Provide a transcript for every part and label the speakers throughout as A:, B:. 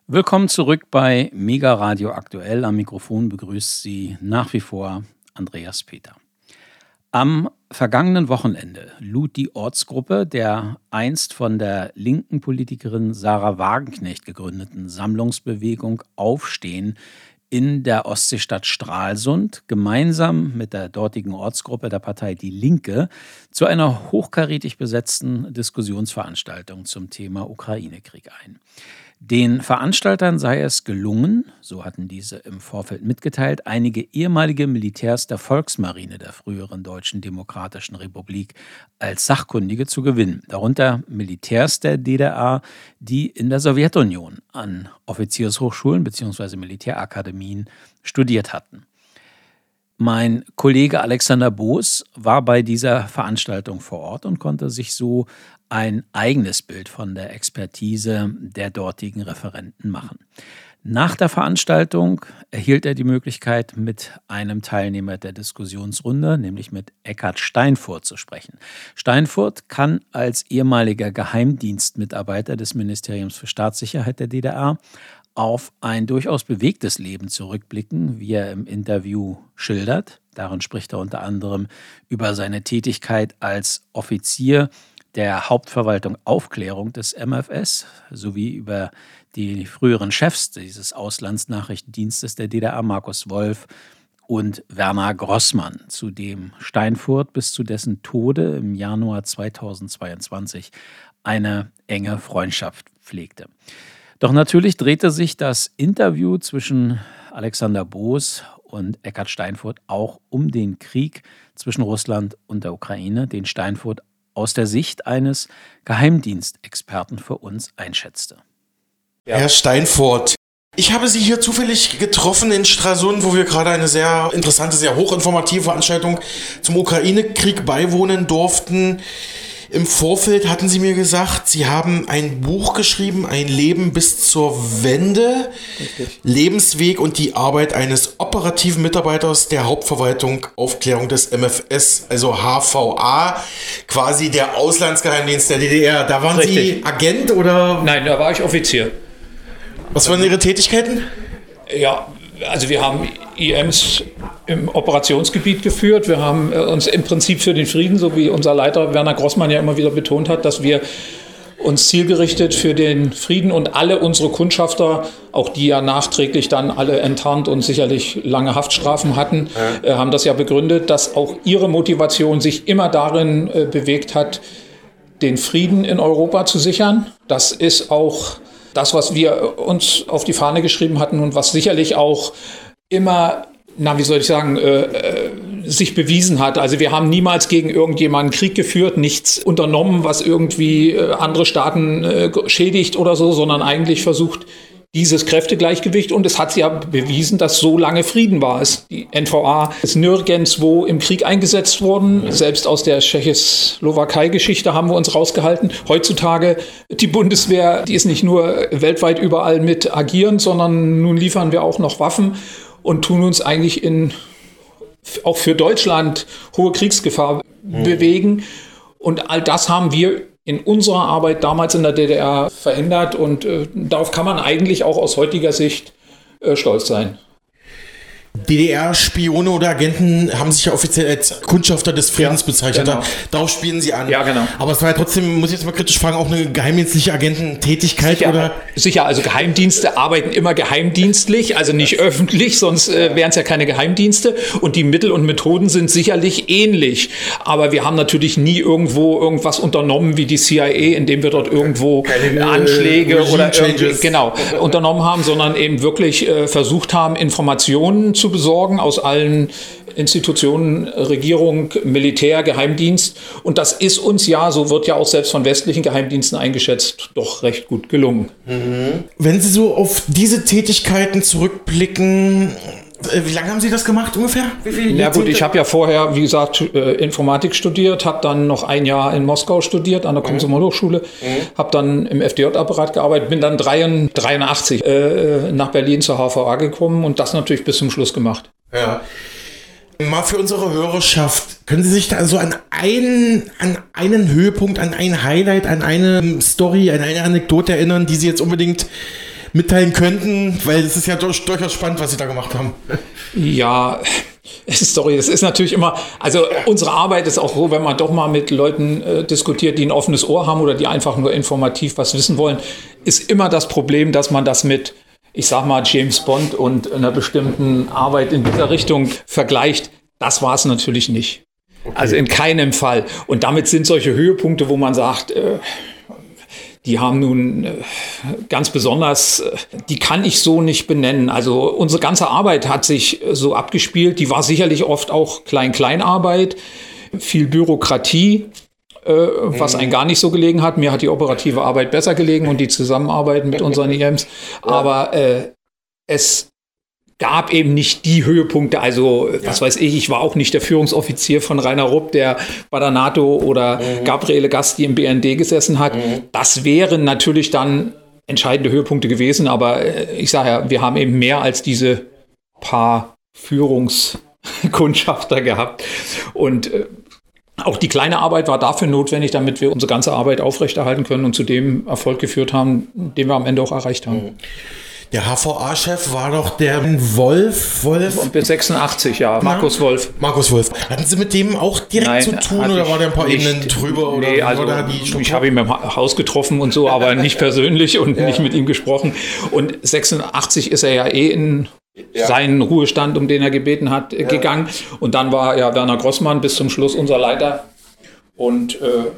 A: Willkommen zurück bei Mega Radio Aktuell. Am Mikrofon begrüßt Sie nach wie vor Andreas Peter. Am vergangenen Wochenende lud die Ortsgruppe der einst von der linken Politikerin Sarah Wagenknecht gegründeten Sammlungsbewegung Aufstehen in der Ostseestadt Stralsund gemeinsam mit der dortigen Ortsgruppe der Partei Die Linke zu einer hochkarätig besetzten Diskussionsveranstaltung zum Thema Ukraine-Krieg ein. Den Veranstaltern sei es gelungen, so hatten diese im Vorfeld mitgeteilt, einige ehemalige Militärs der Volksmarine der früheren Deutschen Demokratischen Republik als Sachkundige zu gewinnen. Darunter Militärs der DDR, die in der Sowjetunion an Offiziershochschulen bzw. Militärakademien studiert hatten. Mein Kollege Alexander Boos war bei dieser Veranstaltung vor Ort und konnte sich so ein eigenes Bild von der Expertise der dortigen Referenten machen. Nach der Veranstaltung erhielt er die Möglichkeit, mit einem Teilnehmer der Diskussionsrunde, nämlich mit Eckhard Steinfurth, zu sprechen. Steinfurth kann als ehemaliger Geheimdienstmitarbeiter des Ministeriums für Staatssicherheit der DDR auf ein durchaus bewegtes Leben zurückblicken, wie er im Interview schildert. Darin spricht er unter anderem über seine Tätigkeit als Offizier der Hauptverwaltung Aufklärung des MFS sowie über die früheren Chefs dieses Auslandsnachrichtendienstes der DDR, Markus Wolf und Werner Grossmann, zu dem Steinfurth bis zu dessen Tode im Januar 2022 eine enge Freundschaft pflegte. Doch natürlich drehte sich das Interview zwischen Alexander Boos und Eckhard Steinfurth auch um den Krieg zwischen Russland und der Ukraine, den Steinfurth aus der Sicht eines Geheimdienstexperten für uns einschätzte.
B: Ja. Herr Steinfurth, ich habe Sie hier zufällig getroffen in Stralsund, wo wir gerade eine sehr interessante, sehr hochinformative Veranstaltung zum Ukraine-Krieg beiwohnen durften. Im Vorfeld hatten Sie mir gesagt, Sie haben ein Buch geschrieben, Ein Leben bis zur Wende, richtig. Lebensweg und die Arbeit eines operativen Mitarbeiters der Hauptverwaltung Aufklärung des MFS, also HVA, quasi der Auslandsgeheimdienst der DDR. Da waren richtig. Sie Agent oder?
C: Nein, da war ich Offizier.
B: Was waren Ihre Tätigkeiten?
C: Ja, also wir haben IMs im Operationsgebiet geführt. Wir haben uns im Prinzip für den Frieden, so wie unser Leiter Werner Grossmann ja immer wieder betont hat, dass wir uns zielgerichtet für den Frieden und alle unsere Kundschafter, auch die ja nachträglich dann alle enttarnt und sicherlich lange Haftstrafen hatten, haben das ja begründet, dass auch ihre Motivation sich immer darin bewegt hat, den Frieden in Europa zu sichern. Das ist auch das, was wir uns auf die Fahne geschrieben hatten und was sicherlich auch immer, sich bewiesen hat. Also wir haben niemals gegen irgendjemanden Krieg geführt, nichts unternommen, was irgendwie andere Staaten schädigt oder so, sondern eigentlich versucht, dieses Kräftegleichgewicht, und es hat ja bewiesen, dass so lange Frieden war. Die NVA ist nirgendwo im Krieg eingesetzt worden. Selbst aus der Tschechoslowakei-Geschichte haben wir uns rausgehalten. Heutzutage die Bundeswehr, die ist nicht nur weltweit überall mit agieren, sondern nun liefern wir auch noch Waffen und tun uns eigentlich auch für Deutschland hohe Kriegsgefahr bewegen. Und all das haben wir in unserer Arbeit damals in der DDR verhindert, und darauf kann man eigentlich auch aus heutiger Sicht stolz sein.
B: DDR-Spione oder Agenten haben sich ja offiziell als Kundschafter des Friedens bezeichnet.
C: Genau.
B: Darauf spielen sie an.
C: Ja, genau.
B: Aber es war ja trotzdem, muss ich jetzt mal kritisch fragen, auch eine geheimdienstliche Agententätigkeit?
C: Sicher,
B: oder?
C: Sicher, also Geheimdienste arbeiten immer geheimdienstlich, also nicht öffentlich, sonst wären es ja keine Geheimdienste. Und die Mittel und Methoden sind sicherlich ähnlich. Aber wir haben natürlich nie irgendwas unternommen wie die CIA, indem wir dort irgendwo Anschläge oder unternommen haben, sondern eben wirklich versucht haben, Informationen zu besorgen aus allen Institutionen, Regierung, Militär, Geheimdienst. Und das ist uns ja, so wird ja auch selbst von westlichen Geheimdiensten eingeschätzt, doch recht gut gelungen.
B: Wenn Sie so auf diese Tätigkeiten zurückblicken, wie lange haben Sie das gemacht ungefähr?
C: Ja gut, ich habe ja vorher, wie gesagt, Informatik studiert, habe dann noch ein Jahr in Moskau studiert, an der Komsomol-Hochschule, habe dann im FDJ-Apparat gearbeitet, bin dann 83 nach Berlin zur HVA gekommen und das natürlich bis zum Schluss gemacht.
B: Ja. Mal für unsere Hörerschaft, können Sie sich da so an einen Höhepunkt, an ein Highlight, an eine Story, an eine Anekdote erinnern, die Sie jetzt unbedingt mitteilen könnten, weil es ist ja durchaus spannend, was Sie da gemacht haben.
C: Ja, das ist natürlich immer, also unsere Arbeit ist auch so, wenn man doch mal mit Leuten diskutiert, die ein offenes Ohr haben oder die einfach nur informativ was wissen wollen, ist immer das Problem, dass man das mit, ich sag mal, James Bond und einer bestimmten Arbeit in dieser Richtung vergleicht. Das war es natürlich nicht. Okay. Also in keinem Fall. Und damit sind solche Höhepunkte, wo man sagt, die haben nun ganz besonders, die kann ich so nicht benennen. Also unsere ganze Arbeit hat sich so abgespielt. Die war sicherlich oft auch Klein-Klein-Arbeit, viel Bürokratie, was einem gar nicht so gelegen hat. Mir hat die operative Arbeit besser gelegen und die Zusammenarbeit mit unseren EMs. Aber es gab eben nicht die Höhepunkte, also was weiß ich war auch nicht der Führungsoffizier von Rainer Rupp, der bei der NATO oder Gabriele Gast, die im BND gesessen hat. Das wären natürlich dann entscheidende Höhepunkte gewesen, aber ich sage ja, wir haben eben mehr als diese paar Führungskundschafter gehabt und auch die kleine Arbeit war dafür notwendig, damit wir unsere ganze Arbeit aufrechterhalten können und zu dem Erfolg geführt haben, den wir am Ende auch erreicht haben.
B: Der HVA-Chef war doch der Wolf?
C: Bis 86, ja, Markus Wolf.
B: Markus Wolf. Hatten Sie mit dem auch direkt zu tun oder war der ein paar Ebenen drüber?
C: Nee, also ich habe ihn im Haus getroffen und so, aber nicht persönlich und nicht mit ihm gesprochen. Und 86 ist er ja in seinen Ruhestand, um den er gebeten hat, gegangen. Und dann war ja Werner Grossmann bis zum Schluss unser Leiter. Und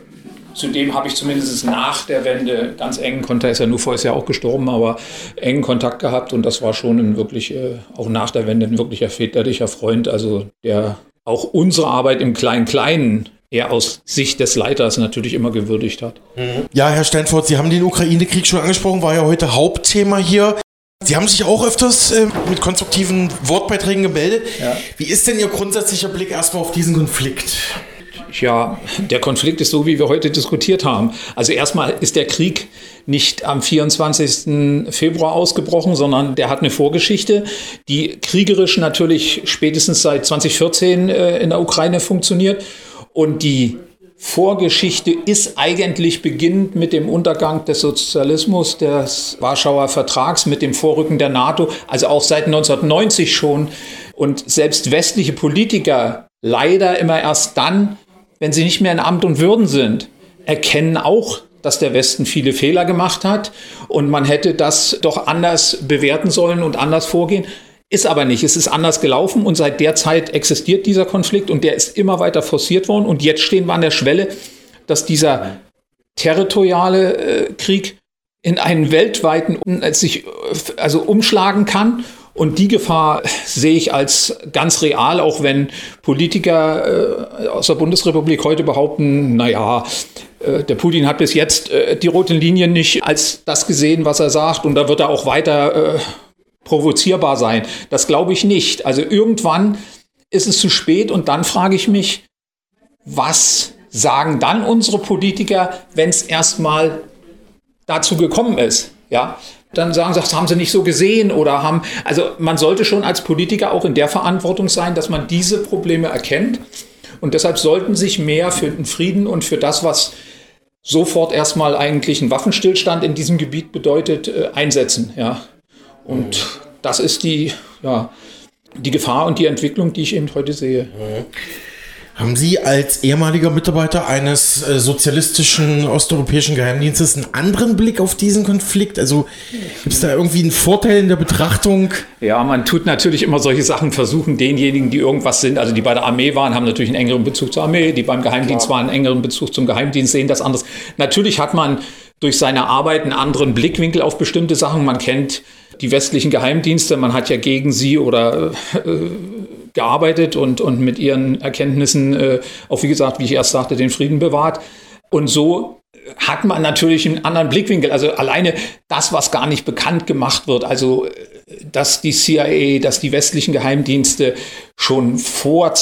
C: zudem habe ich zumindest nach der Wende ganz engen Kontakt, er ist ja nur vorher auch gestorben, aber engen Kontakt gehabt und das war schon ein wirklich, auch nach der Wende ein wirklicher väterlicher Freund, also der auch unsere Arbeit im Kleinen-Kleinen eher aus Sicht des Leiters natürlich immer gewürdigt hat.
B: Ja, Herr Steinfort, Sie haben den Ukraine-Krieg schon angesprochen, war ja heute Hauptthema hier. Sie haben sich auch öfters mit konstruktiven Wortbeiträgen gemeldet. Ja. Wie ist denn Ihr grundsätzlicher Blick erstmal auf diesen Konflikt?
C: Ja, der Konflikt ist so, wie wir heute diskutiert haben. Also erstmal ist der Krieg nicht am 24. Februar ausgebrochen, sondern der hat eine Vorgeschichte, die kriegerisch natürlich spätestens seit 2014 in der Ukraine funktioniert. Und die Vorgeschichte ist eigentlich beginnend mit dem Untergang des Sozialismus, des Warschauer Vertrags, mit dem Vorrücken der NATO, also auch seit 1990 schon. Und selbst westliche Politiker leider immer erst dann, wenn sie nicht mehr in Amt und Würden sind, erkennen auch, dass der Westen viele Fehler gemacht hat und man hätte das doch anders bewerten sollen und anders vorgehen. Ist aber nicht. Es ist anders gelaufen und seit der Zeit existiert dieser Konflikt und der ist immer weiter forciert worden. Und jetzt stehen wir an der Schwelle, dass dieser territoriale Krieg in einen weltweiten sich umschlagen kann. Und die Gefahr sehe ich als ganz real, auch wenn Politiker aus der Bundesrepublik heute behaupten, naja, der Putin hat bis jetzt die roten Linien nicht als das gesehen, was er sagt. Und da wird er auch weiter provozierbar sein. Das glaube ich nicht. Also irgendwann ist es zu spät und dann frage ich mich, was sagen dann unsere Politiker, wenn es erstmal dazu gekommen ist? Ja, dann sagen sie, das haben sie nicht so gesehen oder haben, also man sollte schon als Politiker auch in der Verantwortung sein, dass man diese Probleme erkennt und deshalb sollten sich mehr für den Frieden und für das, was sofort erstmal eigentlich ein Waffenstillstand in diesem Gebiet bedeutet, einsetzen, ja. Und das ist die Gefahr und die Entwicklung, die ich eben heute sehe.
B: Haben Sie als ehemaliger Mitarbeiter eines sozialistischen osteuropäischen Geheimdienstes einen anderen Blick auf diesen Konflikt? Also gibt es da irgendwie einen Vorteil in der Betrachtung?
C: Ja, man tut natürlich immer solche Sachen versuchen, denjenigen, die irgendwas sind, also die bei der Armee waren, haben natürlich einen engeren Bezug zur Armee, die beim Geheimdienst waren, einen engeren Bezug zum Geheimdienst, sehen das anders. Natürlich hat man durch seine Arbeit einen anderen Blickwinkel auf bestimmte Sachen. Man kennt die westlichen Geheimdienste, man hat ja gegen sie oder gearbeitet und mit ihren Erkenntnissen auch, wie gesagt, wie ich erst sagte, den Frieden bewahrt. Und so hat man natürlich einen anderen Blickwinkel. Also alleine das, was gar nicht bekannt gemacht wird, also dass die CIA, dass die westlichen Geheimdienste schon vor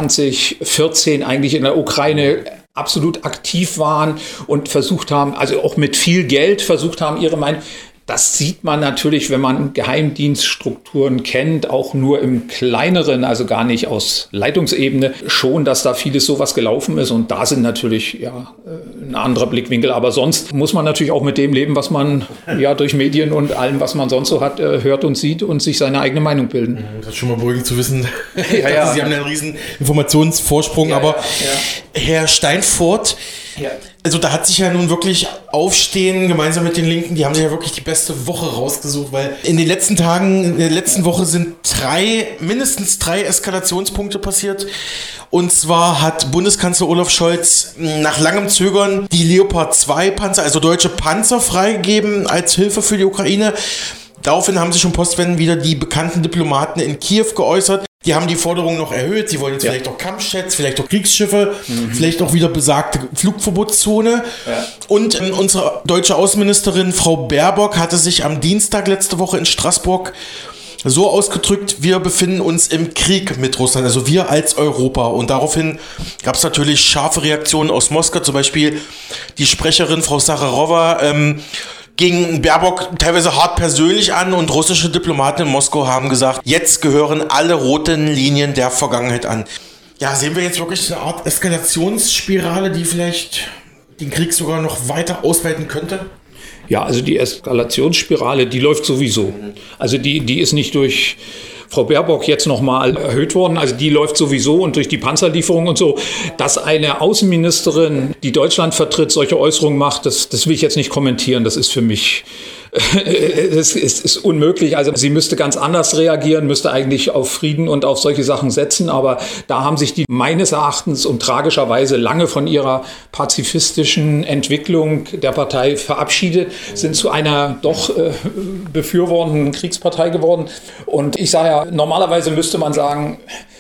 C: 2014 eigentlich in der Ukraine absolut aktiv waren und versucht haben, also auch mit viel Geld versucht haben, ihre Meinung. Das sieht man natürlich, wenn man Geheimdienststrukturen kennt, auch nur im Kleineren, also gar nicht aus Leitungsebene, schon, dass da vieles sowas gelaufen ist. Und da sind natürlich ein anderer Blickwinkel. Aber sonst muss man natürlich auch mit dem leben, was man durch Medien und allem, was man sonst so hat, hört und sieht und sich seine eigene Meinung bilden.
B: Das ist schon mal beruhigend zu wissen. Sie haben einen riesen Informationsvorsprung. Aber Herr Steinfort, also da hat sich ja nun wirklich Aufstehen gemeinsam mit den Linken, die haben sich ja wirklich die beste Woche rausgesucht, weil in den letzten Tagen, in der letzten Woche sind mindestens drei Eskalationspunkte passiert. Und zwar hat Bundeskanzler Olaf Scholz nach langem Zögern die Leopard 2 Panzer, also deutsche Panzer, freigegeben als Hilfe für die Ukraine. Daraufhin haben sich schon postwendend wieder die bekannten Diplomaten in Kiew geäußert. Die haben die Forderung noch erhöht. Sie wollen jetzt vielleicht auch Kampfjets, vielleicht auch Kriegsschiffe, vielleicht auch wieder besagte Flugverbotszone. Ja. Und unsere deutsche Außenministerin Frau Baerbock hatte sich am Dienstag letzte Woche in Straßburg so ausgedrückt: Wir befinden uns im Krieg mit Russland, also wir als Europa. Und daraufhin gab es natürlich scharfe Reaktionen aus Moskau, zum Beispiel die Sprecherin Frau Sacharowa ging Baerbock teilweise hart persönlich an, und russische Diplomaten in Moskau haben gesagt, jetzt gehören alle roten Linien der Vergangenheit an. Ja, sehen wir jetzt wirklich eine Art Eskalationsspirale, die vielleicht den Krieg sogar noch weiter ausweiten könnte?
C: Ja, also die Eskalationsspirale, die läuft sowieso. Also die ist nicht durch Frau Baerbock jetzt nochmal erhöht worden. Also die läuft sowieso, und durch die Panzerlieferung und so. Dass eine Außenministerin, die Deutschland vertritt, solche Äußerungen macht, das will ich jetzt nicht kommentieren. Das ist für mich das ist unmöglich. Also sie müsste ganz anders reagieren, müsste eigentlich auf Frieden und auf solche Sachen setzen. Aber da haben sich die meines Erachtens und tragischerweise lange von ihrer pazifistischen Entwicklung der Partei verabschiedet, sind zu einer doch befürwortenden Kriegspartei geworden. Und ich sage ja, normalerweise müsste man sagen,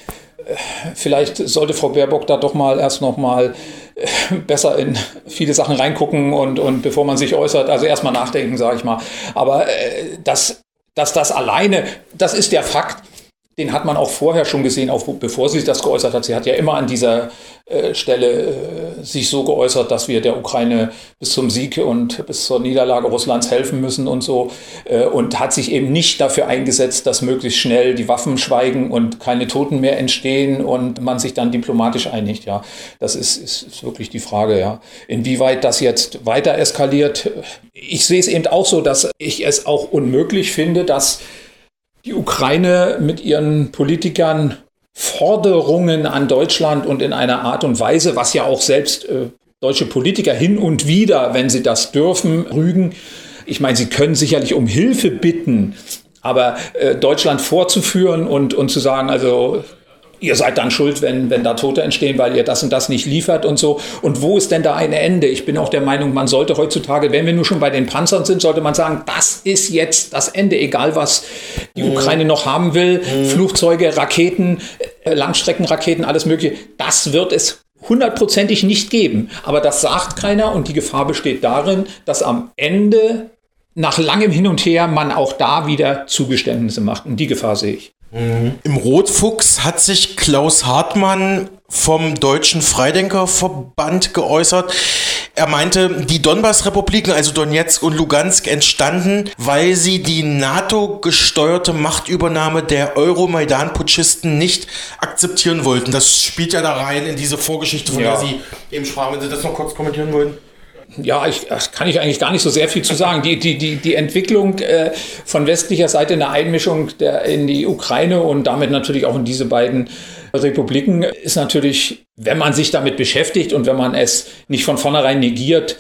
C: vielleicht sollte Frau Baerbock da doch erst noch mal besser in viele Sachen reingucken und bevor man sich äußert, also erstmal nachdenken, sage ich mal. Aber dass das alleine, das ist der Fakt, den hat man auch vorher schon gesehen, auch bevor sie das geäußert hat. Sie hat ja immer an dieser Stelle sich so geäußert, dass wir der Ukraine bis zum Sieg und bis zur Niederlage Russlands helfen müssen und so. Und hat sich eben nicht dafür eingesetzt, dass möglichst schnell die Waffen schweigen und keine Toten mehr entstehen und man sich dann diplomatisch einigt. Ja, das ist wirklich die Frage. Ja, inwieweit das jetzt weiter eskaliert. Ich sehe es eben auch so, dass ich es auch unmöglich finde, dass die Ukraine mit ihren Politikern Forderungen an Deutschland und in einer Art und Weise, was ja auch selbst deutsche Politiker hin und wieder, wenn sie das dürfen, rügen. Ich meine, sie können sicherlich um Hilfe bitten, aber Deutschland vorzuführen und zu sagen, also ihr seid dann schuld, wenn da Tote entstehen, weil ihr das und das nicht liefert und so. Und wo ist denn da ein Ende? Ich bin auch der Meinung, man sollte heutzutage, wenn wir nur schon bei den Panzern sind, sollte man sagen, das ist jetzt das Ende, egal was die Ukraine noch haben will. Flugzeuge, Raketen, Langstreckenraketen, alles Mögliche. Das wird es hundertprozentig nicht geben. Aber das sagt keiner, und die Gefahr besteht darin, dass am Ende nach langem Hin und Her man auch da wieder Zugeständnisse macht. Und die Gefahr sehe ich.
B: Im Rotfuchs hat sich Klaus Hartmann vom Deutschen Freidenkerverband geäußert. Er meinte, die Donbass-Republiken, also Donetsk und Lugansk, entstanden, weil sie die NATO-gesteuerte Machtübernahme der Euromaidan-Putschisten nicht akzeptieren wollten. Das spielt ja da rein in diese Vorgeschichte, von der Sie eben sprachen. Wenn Sie das noch kurz kommentieren wollen.
C: Ja, das kann ich eigentlich gar nicht so sehr viel zu sagen. Die Entwicklung von westlicher Seite, eine Einmischung in die Ukraine und damit natürlich auch in diese beiden Republiken, ist natürlich, wenn man sich damit beschäftigt und wenn man es nicht von vornherein negiert,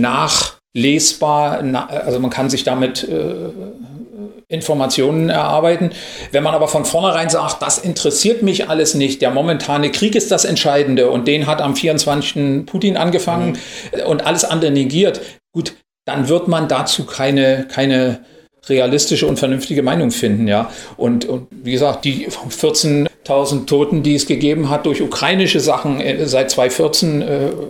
C: nachlesbar. Also man kann sich damit Informationen erarbeiten. Wenn man aber von vornherein sagt, das interessiert mich alles nicht, der momentane Krieg ist das Entscheidende und den hat am 24. Putin angefangen und alles andere negiert, gut, dann wird man dazu keine realistische und vernünftige Meinung finden. Ja. Und wie gesagt, die 14.000 Toten, die es gegeben hat durch ukrainische Sachen seit 2014,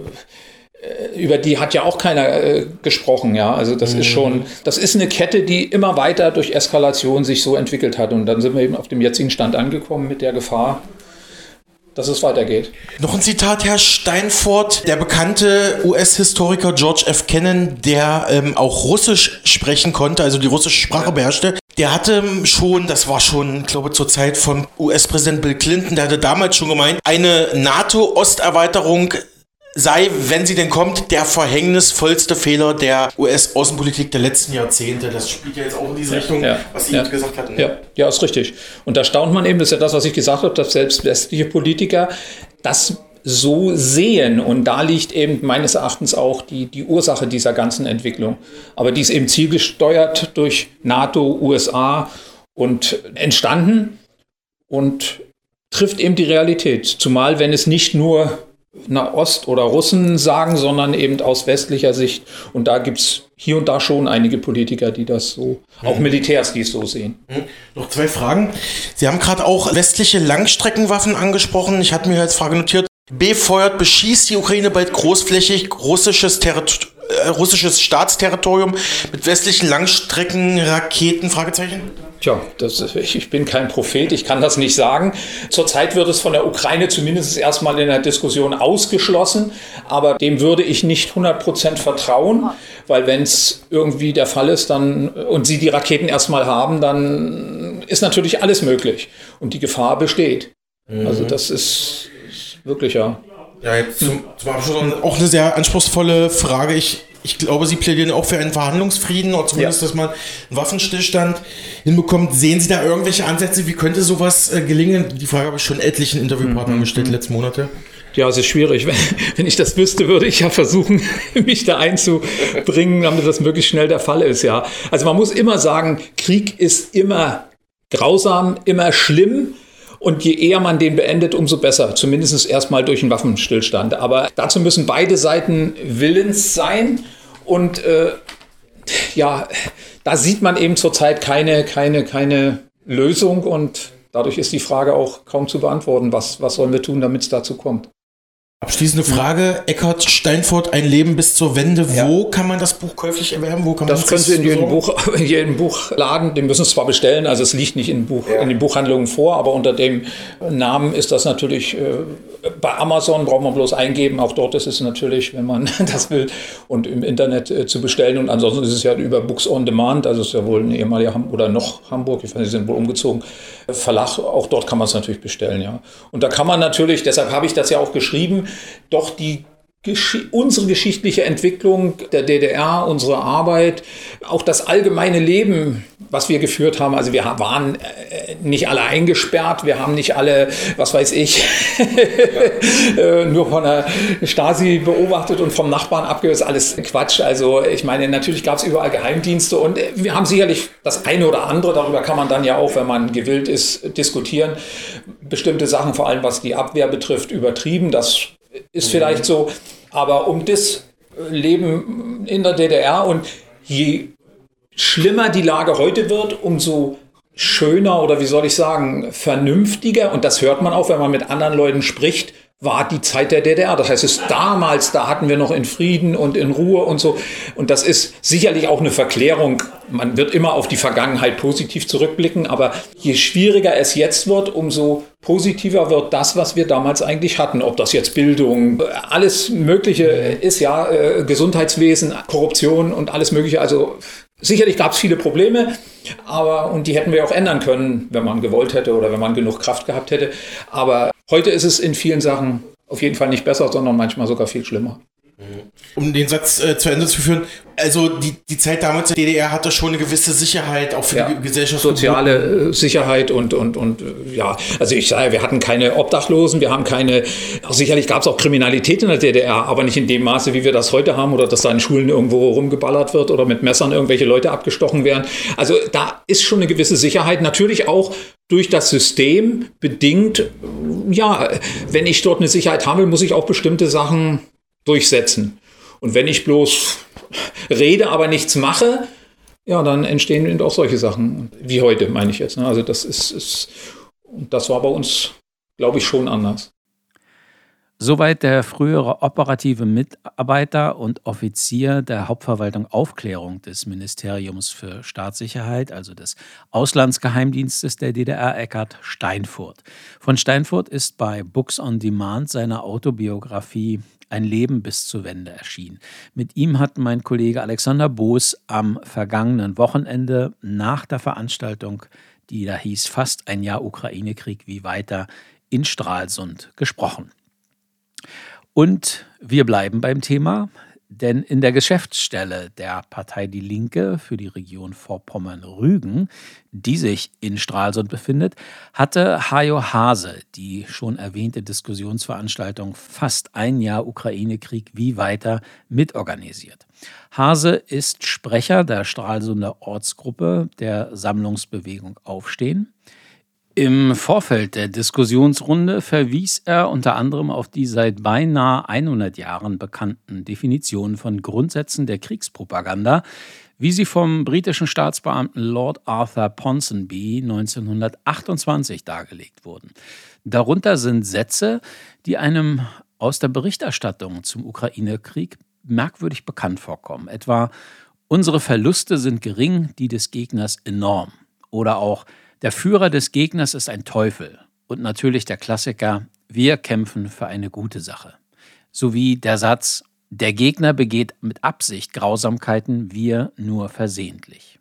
C: über die hat ja auch keiner gesprochen, ja. Also das ist eine Kette, die immer weiter durch Eskalation sich so entwickelt hat. Und dann sind wir eben auf dem jetzigen Stand angekommen mit der Gefahr, dass es weitergeht.
B: Noch ein Zitat, Herr Steinfort, der bekannte US-Historiker George F. Kennan, der auch Russisch sprechen konnte, also die russische Sprache beherrschte, der hatte schon, das war schon, ich glaube, zur Zeit von US-Präsident Bill Clinton, der hatte damals schon gemeint, eine NATO-Osterweiterung sei, wenn sie denn kommt, der verhängnisvollste Fehler der US-Außenpolitik der letzten Jahrzehnte. Das spielt ja jetzt auch in diese Richtung, was Sie gesagt hatten.
C: Ja, ist richtig. Und da staunt man eben, das ist ja das, was ich gesagt habe, dass selbst westliche Politiker das so sehen. Und da liegt eben meines Erachtens auch die Ursache dieser ganzen Entwicklung. Aber die ist eben zielgesteuert durch NATO, USA und entstanden und trifft eben die Realität. Zumal, wenn es nicht nur Ost- oder Russen sagen, sondern eben aus westlicher Sicht. Und da gibt es hier und da schon einige Politiker, die das so, auch Militärs, die es so sehen.
B: Noch 2 Fragen. Sie haben gerade auch westliche Langstreckenwaffen angesprochen. Ich hatte mir als Frage notiert, beschießt die Ukraine bald großflächig russisches Staatsterritorium mit westlichen Langstreckenraketen? Fragezeichen?
C: Tja, ich bin kein Prophet, ich kann das nicht sagen. Zurzeit wird es von der Ukraine zumindest erstmal in der Diskussion ausgeschlossen, aber dem würde ich nicht 100% vertrauen, weil wenn es irgendwie der Fall ist dann und sie die Raketen erstmal haben, dann ist natürlich alles möglich und die Gefahr besteht. Also das ist wirklich,
B: Ja, jetzt zum Abschluss auch eine sehr anspruchsvolle Frage. Ich glaube, Sie plädieren auch für einen Verhandlungsfrieden oder zumindest, dass man einen Waffenstillstand hinbekommt. Sehen Sie da irgendwelche Ansätze? Wie könnte sowas gelingen? Die Frage habe ich schon etlichen Interviewpartnern gestellt die letzten Monate.
C: Ja, es ist schwierig. Wenn ich das wüsste, würde ich ja versuchen, mich da einzubringen, damit das möglichst schnell der Fall ist. Ja, also man muss immer sagen, Krieg ist immer grausam, immer schlimm. Und je eher man den beendet, umso besser. Zumindest erstmal durch einen Waffenstillstand. Aber dazu müssen beide Seiten willens sein. Und da sieht man eben zurzeit keine Lösung. Und dadurch ist die Frage auch kaum zu beantworten. Was sollen wir tun, damit es dazu kommt?
B: Abschließende Frage, Eckhard Steinfort, Ein Leben bis zur Wende. Wo kann man das Buch käuflich erwerben? Wo kann man
C: das können Sie in jedem Buchladen, den müssen Sie zwar bestellen, also es liegt nicht in den Buchhandlungen vor, aber unter dem Namen ist das natürlich, bei Amazon braucht man bloß eingeben, auch dort ist es natürlich, wenn man das will, und im Internet zu bestellen. Und ansonsten ist es ja über Books on Demand, also ist ja wohl ein ehemaliger Hamburg, ich weiß nicht, sie sind wohl umgezogen, Verlag, auch dort kann man es natürlich bestellen, ja. Und da kann man natürlich, deshalb habe ich das ja auch geschrieben, doch unsere geschichtliche Entwicklung der DDR, unsere Arbeit, auch das allgemeine Leben, was wir geführt haben. Also wir waren nicht alle eingesperrt, wir haben nicht alle, was weiß ich, nur von der Stasi beobachtet und vom Nachbarn abgehört. Alles Quatsch. Also ich meine, natürlich gab es überall Geheimdienste und wir haben sicherlich das eine oder andere, darüber kann man dann ja auch, wenn man gewillt ist, diskutieren. Bestimmte Sachen, vor allem was die Abwehr betrifft, übertrieben. Das ist vielleicht so, aber um das Leben in der DDR und je schlimmer die Lage heute wird, umso schöner oder wie soll ich sagen, vernünftiger, und das hört man auch, wenn man mit anderen Leuten spricht, war die Zeit der DDR. Das heißt, es damals, da hatten wir noch in Frieden und in Ruhe und so. Und das ist sicherlich auch eine Verklärung. Man wird immer auf die Vergangenheit positiv zurückblicken, aber je schwieriger es jetzt wird, umso positiver wird das, was wir damals eigentlich hatten. Ob das jetzt Bildung, alles Mögliche ist, ja, Gesundheitswesen, Korruption und alles Mögliche. Also sicherlich gab es viele Probleme, und die hätten wir auch ändern können, wenn man gewollt hätte oder wenn man genug Kraft gehabt hätte. Aber heute ist es in vielen Sachen auf jeden Fall nicht besser, sondern manchmal sogar viel schlimmer.
B: Um den Satz zu Ende zu führen, also die Zeit damals in der DDR hatte schon eine gewisse Sicherheit, auch für die Gesellschaft.
C: Soziale Sicherheit und ja, also ich sage, wir hatten keine Obdachlosen, wir haben sicherlich gab es auch Kriminalität in der DDR, aber nicht in dem Maße, wie wir das heute haben, oder dass da in Schulen irgendwo rumgeballert wird oder mit Messern irgendwelche Leute abgestochen werden. Also da ist schon eine gewisse Sicherheit, natürlich auch durch das System bedingt. Ja, wenn ich dort eine Sicherheit haben will, muss ich auch bestimmte Sachen durchsetzen. Und wenn ich bloß rede, aber nichts mache, ja, dann entstehen eben auch solche Sachen, wie heute, meine ich jetzt. Also das das war bei uns, glaube ich, schon anders.
A: Soweit der frühere operative Mitarbeiter und Offizier der Hauptverwaltung Aufklärung des Ministeriums für Staatssicherheit, also des Auslandsgeheimdienstes der DDR, Eckhard Steinfurth. Von Steinfurth ist bei Books on Demand seine Autobiografie Ein Leben bis zur Wende erschienen. Mit ihm hat mein Kollege Alexander Boos am vergangenen Wochenende nach der Veranstaltung, die da hieß Fast ein Jahr Ukraine-Krieg, wie weiter, in Stralsund gesprochen. Und wir bleiben beim Thema, denn in der Geschäftsstelle der Partei Die Linke für die Region Vorpommern-Rügen, die sich in Stralsund befindet, hatte Hajo Haase die schon erwähnte Diskussionsveranstaltung Fast ein Jahr Ukraine-Krieg, wie weiter, mitorganisiert. Haase ist Sprecher der Stralsunder Ortsgruppe der Sammlungsbewegung Aufstehen. Im Vorfeld der Diskussionsrunde verwies er unter anderem auf die seit beinahe 100 Jahren bekannten Definitionen von Grundsätzen der Kriegspropaganda, wie sie vom britischen Staatsbeamten Lord Arthur Ponsonby 1928 dargelegt wurden. Darunter sind Sätze, die einem aus der Berichterstattung zum Ukraine-Krieg merkwürdig bekannt vorkommen. Etwa: Unsere Verluste sind gering, die des Gegners enorm. Oder auch: Der Führer des Gegners ist ein Teufel. Und natürlich der Klassiker: Wir kämpfen für eine gute Sache. Sowie der Satz: Der Gegner begeht mit Absicht Grausamkeiten, wir nur versehentlich.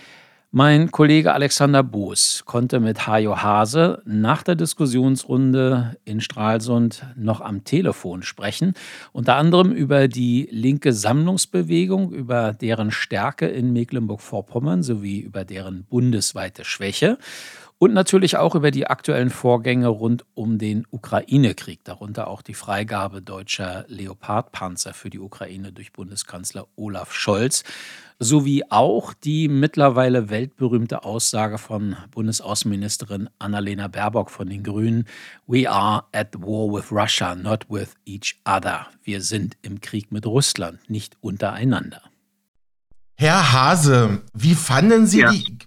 A: Mein Kollege Alexander Boos konnte mit Hajo Haase nach der Diskussionsrunde in Stralsund noch am Telefon sprechen, unter anderem über die linke Sammlungsbewegung, über deren Stärke in Mecklenburg-Vorpommern sowie über deren bundesweite Schwäche und natürlich auch über die aktuellen Vorgänge rund um den Ukraine-Krieg, darunter auch die Freigabe deutscher Leopard-Panzer für die Ukraine durch Bundeskanzler Olaf Scholz, sowie auch die mittlerweile weltberühmte Aussage von Bundesaußenministerin Annalena Baerbock von den Grünen: We are at war with Russia, not with each other. Wir sind im Krieg mit Russland, nicht untereinander.
B: Herr Haase, wie fanden Sie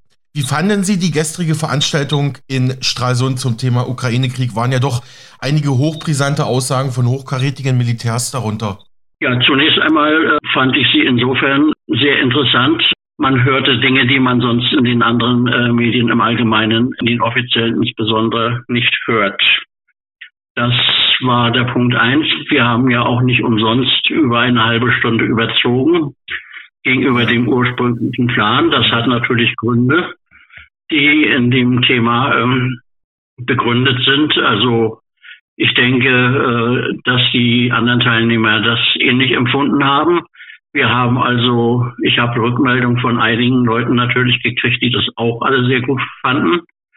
B: die gestrige Veranstaltung in Stralsund zum Thema Ukraine-Krieg? Waren ja doch einige hochbrisante Aussagen von hochkarätigen Militärs darunter.
D: Ja, zunächst einmal fand ich sie insofern sehr interessant. Man hörte Dinge, die man sonst in den anderen Medien im Allgemeinen, in den offiziellen insbesondere, nicht hört. Das war der Punkt 1. Wir haben ja auch nicht umsonst über eine halbe Stunde überzogen gegenüber dem ursprünglichen Plan. Das hat natürlich Gründe, die in dem Thema begründet sind. Also ich denke, dass die anderen Teilnehmer das ähnlich empfunden haben. Ich habe Rückmeldung von einigen Leuten natürlich gekriegt, die das auch alle sehr gut fanden.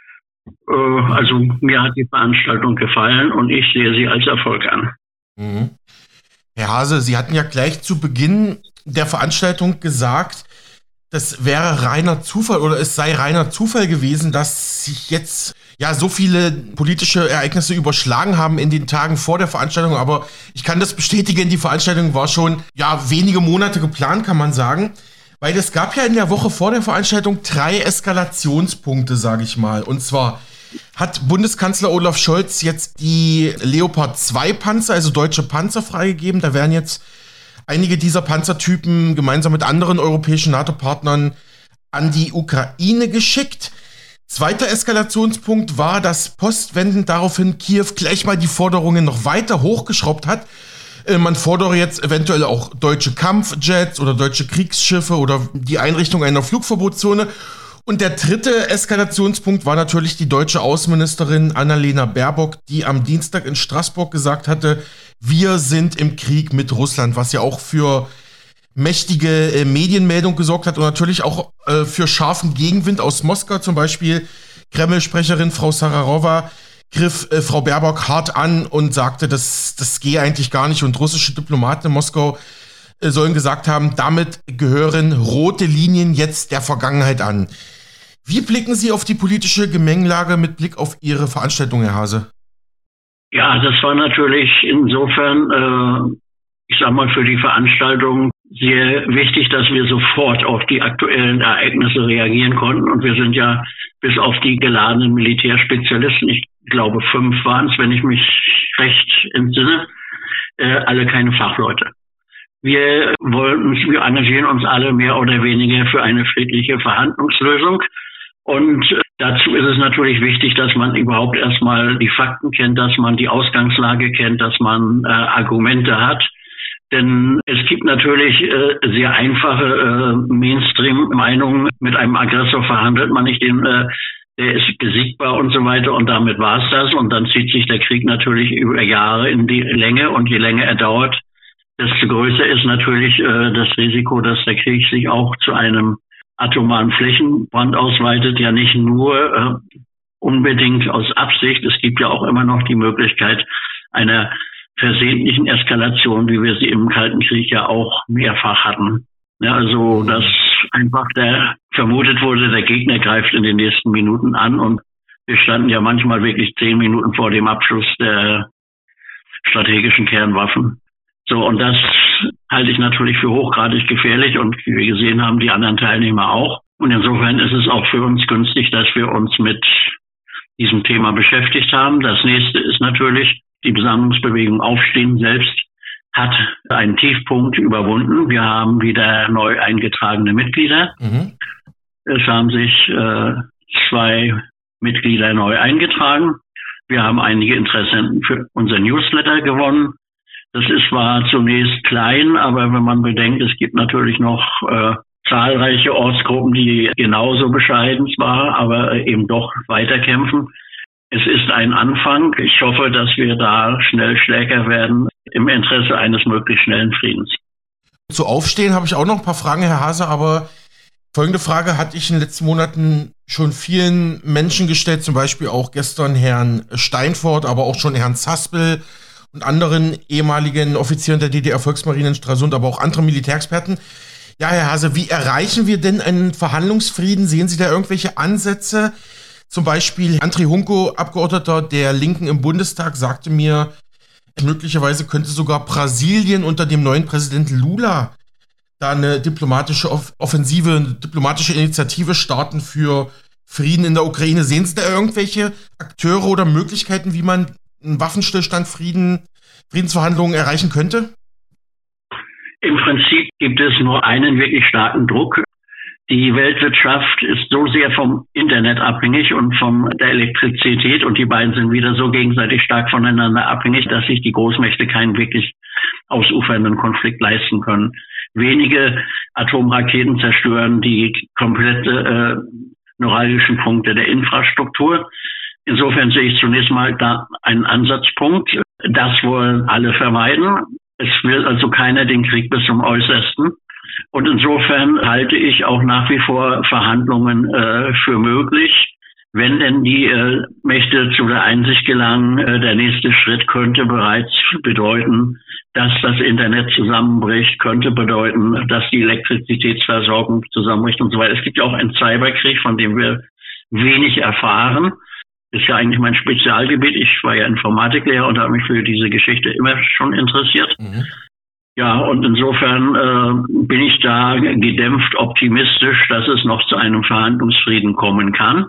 D: Also mir hat die Veranstaltung gefallen und ich sehe sie als Erfolg an.
B: Mhm. Herr Haase, Sie hatten ja gleich zu Beginn der Veranstaltung gesagt, das wäre reiner Zufall oder es sei reiner Zufall gewesen, dass sich jetzt ja so viele politische Ereignisse überschlagen haben in den Tagen vor der Veranstaltung. Aber ich kann das bestätigen, die Veranstaltung war schon wenige Monate geplant, kann man sagen. Weil es gab ja in der Woche vor der Veranstaltung 3 Eskalationspunkte, sage ich mal. Und zwar hat Bundeskanzler Olaf Scholz jetzt die Leopard 2 Panzer, also deutsche Panzer, freigegeben. Da werden jetzt einige dieser Panzertypen gemeinsam mit anderen europäischen NATO-Partnern an die Ukraine geschickt. Zweiter Eskalationspunkt war, dass postwendend daraufhin Kiew gleich mal die Forderungen noch weiter hochgeschraubt hat. Man fordere jetzt eventuell auch deutsche Kampfjets oder deutsche Kriegsschiffe oder die Einrichtung einer Flugverbotszone. Und der dritte Eskalationspunkt war natürlich die deutsche Außenministerin Annalena Baerbock, die am Dienstag in Straßburg gesagt hatte, wir sind im Krieg mit Russland, was ja auch für mächtige Medienmeldung gesorgt hat und natürlich auch für scharfen Gegenwind aus Moskau. Zum Beispiel Kreml-Sprecherin Frau Sararowa griff Frau Baerbock hart an und sagte, das gehe eigentlich gar nicht. Und russische Diplomaten in Moskau sollen gesagt haben, damit gehören rote Linien jetzt der Vergangenheit an. Wie blicken Sie auf die politische Gemengelage mit Blick auf Ihre Veranstaltung, Herr Haase?
D: Ja, das war natürlich insofern, für die Veranstaltung sehr wichtig, dass wir sofort auf die aktuellen Ereignisse reagieren konnten. Und wir sind ja bis auf die geladenen Militärspezialisten, ich glaube 5 waren es, wenn ich mich recht entsinne, alle keine Fachleute. Wir engagieren uns alle mehr oder weniger für eine friedliche Verhandlungslösung. Und dazu ist es natürlich wichtig, dass man überhaupt erstmal die Fakten kennt, dass man die Ausgangslage kennt, dass man Argumente hat. Denn es gibt natürlich sehr einfache Mainstream-Meinungen. Mit einem Aggressor verhandelt man nicht, der ist besiegbar und so weiter und damit war es das. Und dann zieht sich der Krieg natürlich über Jahre in die Länge und je länger er dauert, desto größer ist natürlich das Risiko, dass der Krieg sich auch zu einem atomaren Flächenbrand ausweitet, ja nicht nur unbedingt aus Absicht. Es gibt ja auch immer noch die Möglichkeit einer versehentlichen Eskalation, wie wir sie im Kalten Krieg ja auch mehrfach hatten. Ja, also, dass einfach vermutet wurde, der Gegner greift in den nächsten Minuten an und wir standen ja manchmal wirklich 10 Minuten vor dem Abschuss der strategischen Kernwaffen. So, und das halte ich natürlich für hochgradig gefährlich und wie wir gesehen haben, die anderen Teilnehmer auch. Und insofern ist es auch für uns günstig, dass wir uns mit diesem Thema beschäftigt haben. Das nächste ist natürlich, die Besammlungsbewegung Aufstehen selbst hat einen Tiefpunkt überwunden. Wir haben wieder neu eingetragene Mitglieder. Es haben sich 2 Mitglieder neu eingetragen. Wir haben einige Interessenten für unser Newsletter gewonnen. Das war zunächst klein, aber wenn man bedenkt, es gibt natürlich noch zahlreiche Ortsgruppen, die genauso bescheiden waren, aber eben doch weiterkämpfen. Es ist ein Anfang. Ich hoffe, dass wir da schnell stärker werden im Interesse eines möglichst schnellen Friedens.
B: Zu Aufstehen habe ich auch noch ein paar Fragen, Herr Haase, aber folgende Frage hatte ich in den letzten Monaten schon vielen Menschen gestellt, zum Beispiel auch gestern Herrn Steinfort, aber auch schon Herrn Zaspel und anderen ehemaligen Offizieren der DDR-Volksmarine in Stralsund, aber auch andere Militärexperten. Ja, Herr Haase, wie erreichen wir denn einen Verhandlungsfrieden? Sehen Sie da irgendwelche Ansätze? Zum Beispiel André Hunko, Abgeordneter der Linken im Bundestag, sagte mir, möglicherweise könnte sogar Brasilien unter dem neuen Präsidenten Lula da eine diplomatische Offensive, eine diplomatische Initiative starten für Frieden in der Ukraine. Sehen Sie da irgendwelche Akteure oder Möglichkeiten, wie man einen Waffenstillstand, Friedensverhandlungen erreichen könnte?
D: Im Prinzip gibt es nur einen wirklich starken Druck. Die Weltwirtschaft ist so sehr vom Internet abhängig und von der Elektrizität und die beiden sind wieder so gegenseitig stark voneinander abhängig, dass sich die Großmächte keinen wirklich ausufernden Konflikt leisten können. Wenige Atomraketen zerstören die komplette neuralgischen Punkte der Infrastruktur. Insofern sehe ich zunächst mal da einen Ansatzpunkt. Das wollen alle vermeiden. Es will also keiner den Krieg bis zum Äußersten. Und insofern halte ich auch nach wie vor Verhandlungen für möglich. Wenn denn die Mächte zu der Einsicht gelangen, der nächste Schritt könnte bereits bedeuten, dass das Internet zusammenbricht, könnte bedeuten, dass die Elektrizitätsversorgung zusammenbricht und so weiter. Es gibt ja auch einen Cyberkrieg, von dem wir wenig erfahren. Ist ja eigentlich mein Spezialgebiet. Ich war ja Informatiklehrer und habe mich für diese Geschichte immer schon interessiert. Ja, und insofern bin ich da gedämpft optimistisch, dass es noch zu einem Verhandlungsfrieden kommen kann.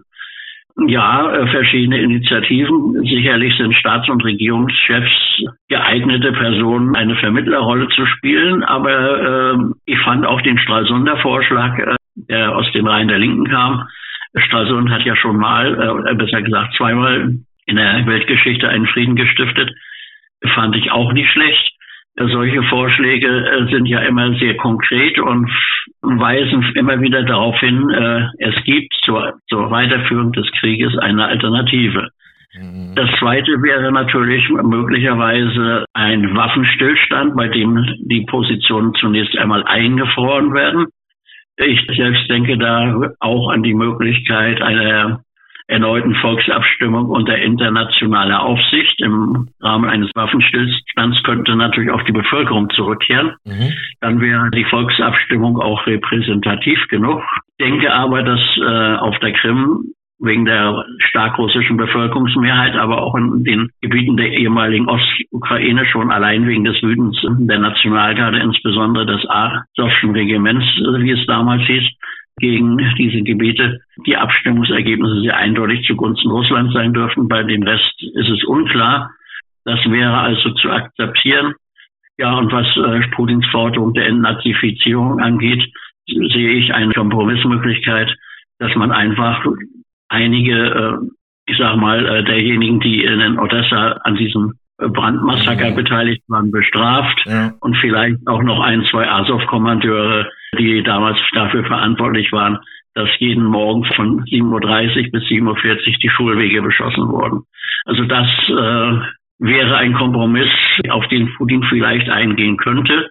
D: Ja, verschiedene Initiativen. Sicherlich sind Staats- und Regierungschefs geeignete Personen, eine Vermittlerrolle zu spielen. Aber ich fand auch den Stralsunder Vorschlag, der aus den Reihen der Linken kam. Stralsund hat ja schon mal, besser gesagt zweimal in der Weltgeschichte einen Frieden gestiftet. Fand ich auch nicht schlecht. Solche Vorschläge sind ja immer sehr konkret und weisen immer wieder darauf hin, es gibt zur Weiterführung des Krieges eine Alternative. Das Zweite wäre natürlich möglicherweise ein Waffenstillstand, bei dem die Positionen zunächst einmal eingefroren werden. Ich selbst denke da auch an die Möglichkeit einer erneuten Volksabstimmung unter internationaler Aufsicht. Im Rahmen eines Waffenstillstands könnte natürlich auch die Bevölkerung zurückkehren. Dann wäre die Volksabstimmung auch repräsentativ genug. Ich denke aber, dass auf der Krim wegen der stark russischen Bevölkerungsmehrheit, aber auch in den Gebieten der ehemaligen Ostukraine schon allein wegen des Wütens der Nationalgarde, insbesondere des Asowschen Regiments, wie es damals hieß, gegen diese Gebiete, die Abstimmungsergebnisse sehr eindeutig zugunsten Russlands sein dürften. Bei dem Rest ist es unklar. Das wäre also zu akzeptieren. Ja, und was Putins Forderung der Entnazifizierung angeht, sehe ich eine Kompromissmöglichkeit, dass man einfach einige, derjenigen, die in Odessa an diesem Brandmassaker beteiligt waren, bestraft und vielleicht auch noch 1, 2 Azov-Kommandeure, die damals dafür verantwortlich waren, dass jeden Morgen von 7:30 Uhr bis 7:40 Uhr die Schulwege beschossen wurden. Also das wäre ein Kompromiss, auf den Putin vielleicht eingehen könnte.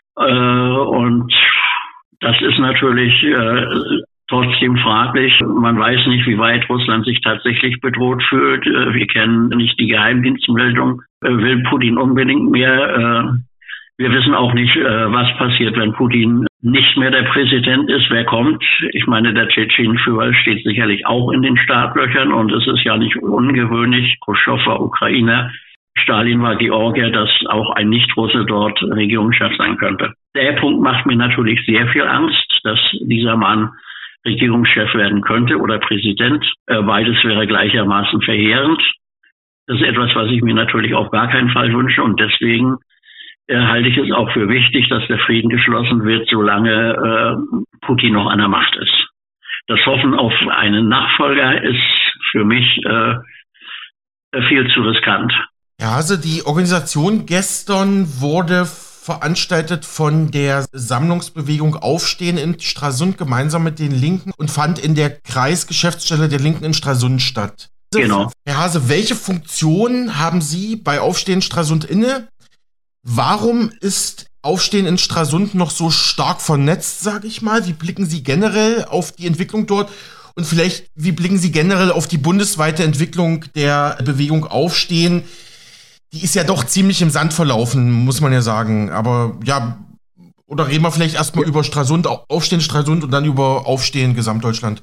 D: Und das ist natürlich trotzdem fraglich. Man weiß nicht, wie weit Russland sich tatsächlich bedroht fühlt. Wir kennen nicht die Geheimdienstmeldung. Will Putin unbedingt mehr? Wir wissen auch nicht, was passiert, wenn Putin nicht mehr der Präsident ist. Wer kommt? Ich meine, der Tschetschenenführer steht sicherlich auch in den Startlöchern und es ist ja nicht ungewöhnlich. Khrushchev war Ukrainer, Stalin war Georgier, dass auch ein Nicht-Russe dort Regierungschef sein könnte. Der Punkt macht mir natürlich sehr viel Angst, dass dieser Mann Regierungschef werden könnte oder Präsident. Beides wäre gleichermaßen verheerend. Das ist etwas, was ich mir natürlich auf gar keinen Fall wünsche und deswegen halte ich es auch für wichtig, dass der Frieden geschlossen wird, solange Putin noch an der Macht ist. Das Hoffen auf einen Nachfolger ist für mich viel zu riskant.
B: Ja, also die Organisation gestern wurde veranstaltet von der Sammlungsbewegung Aufstehen in Stralsund gemeinsam mit den Linken und fand in der Kreisgeschäftsstelle der Linken in Stralsund statt.
D: Genau.
B: Herr Hase, welche Funktion haben Sie bei Aufstehen Stralsund inne? Warum ist Aufstehen in Stralsund noch so stark vernetzt, sage ich mal? Wie blicken Sie generell auf die Entwicklung dort? Und vielleicht, wie blicken Sie generell auf die bundesweite Entwicklung der Bewegung Aufstehen? Die ist ja doch ziemlich im Sand verlaufen, muss man ja sagen. Aber ja, oder reden wir vielleicht erstmal über Stralsund, Aufstehen Stralsund und dann über Aufstehen Gesamtdeutschland?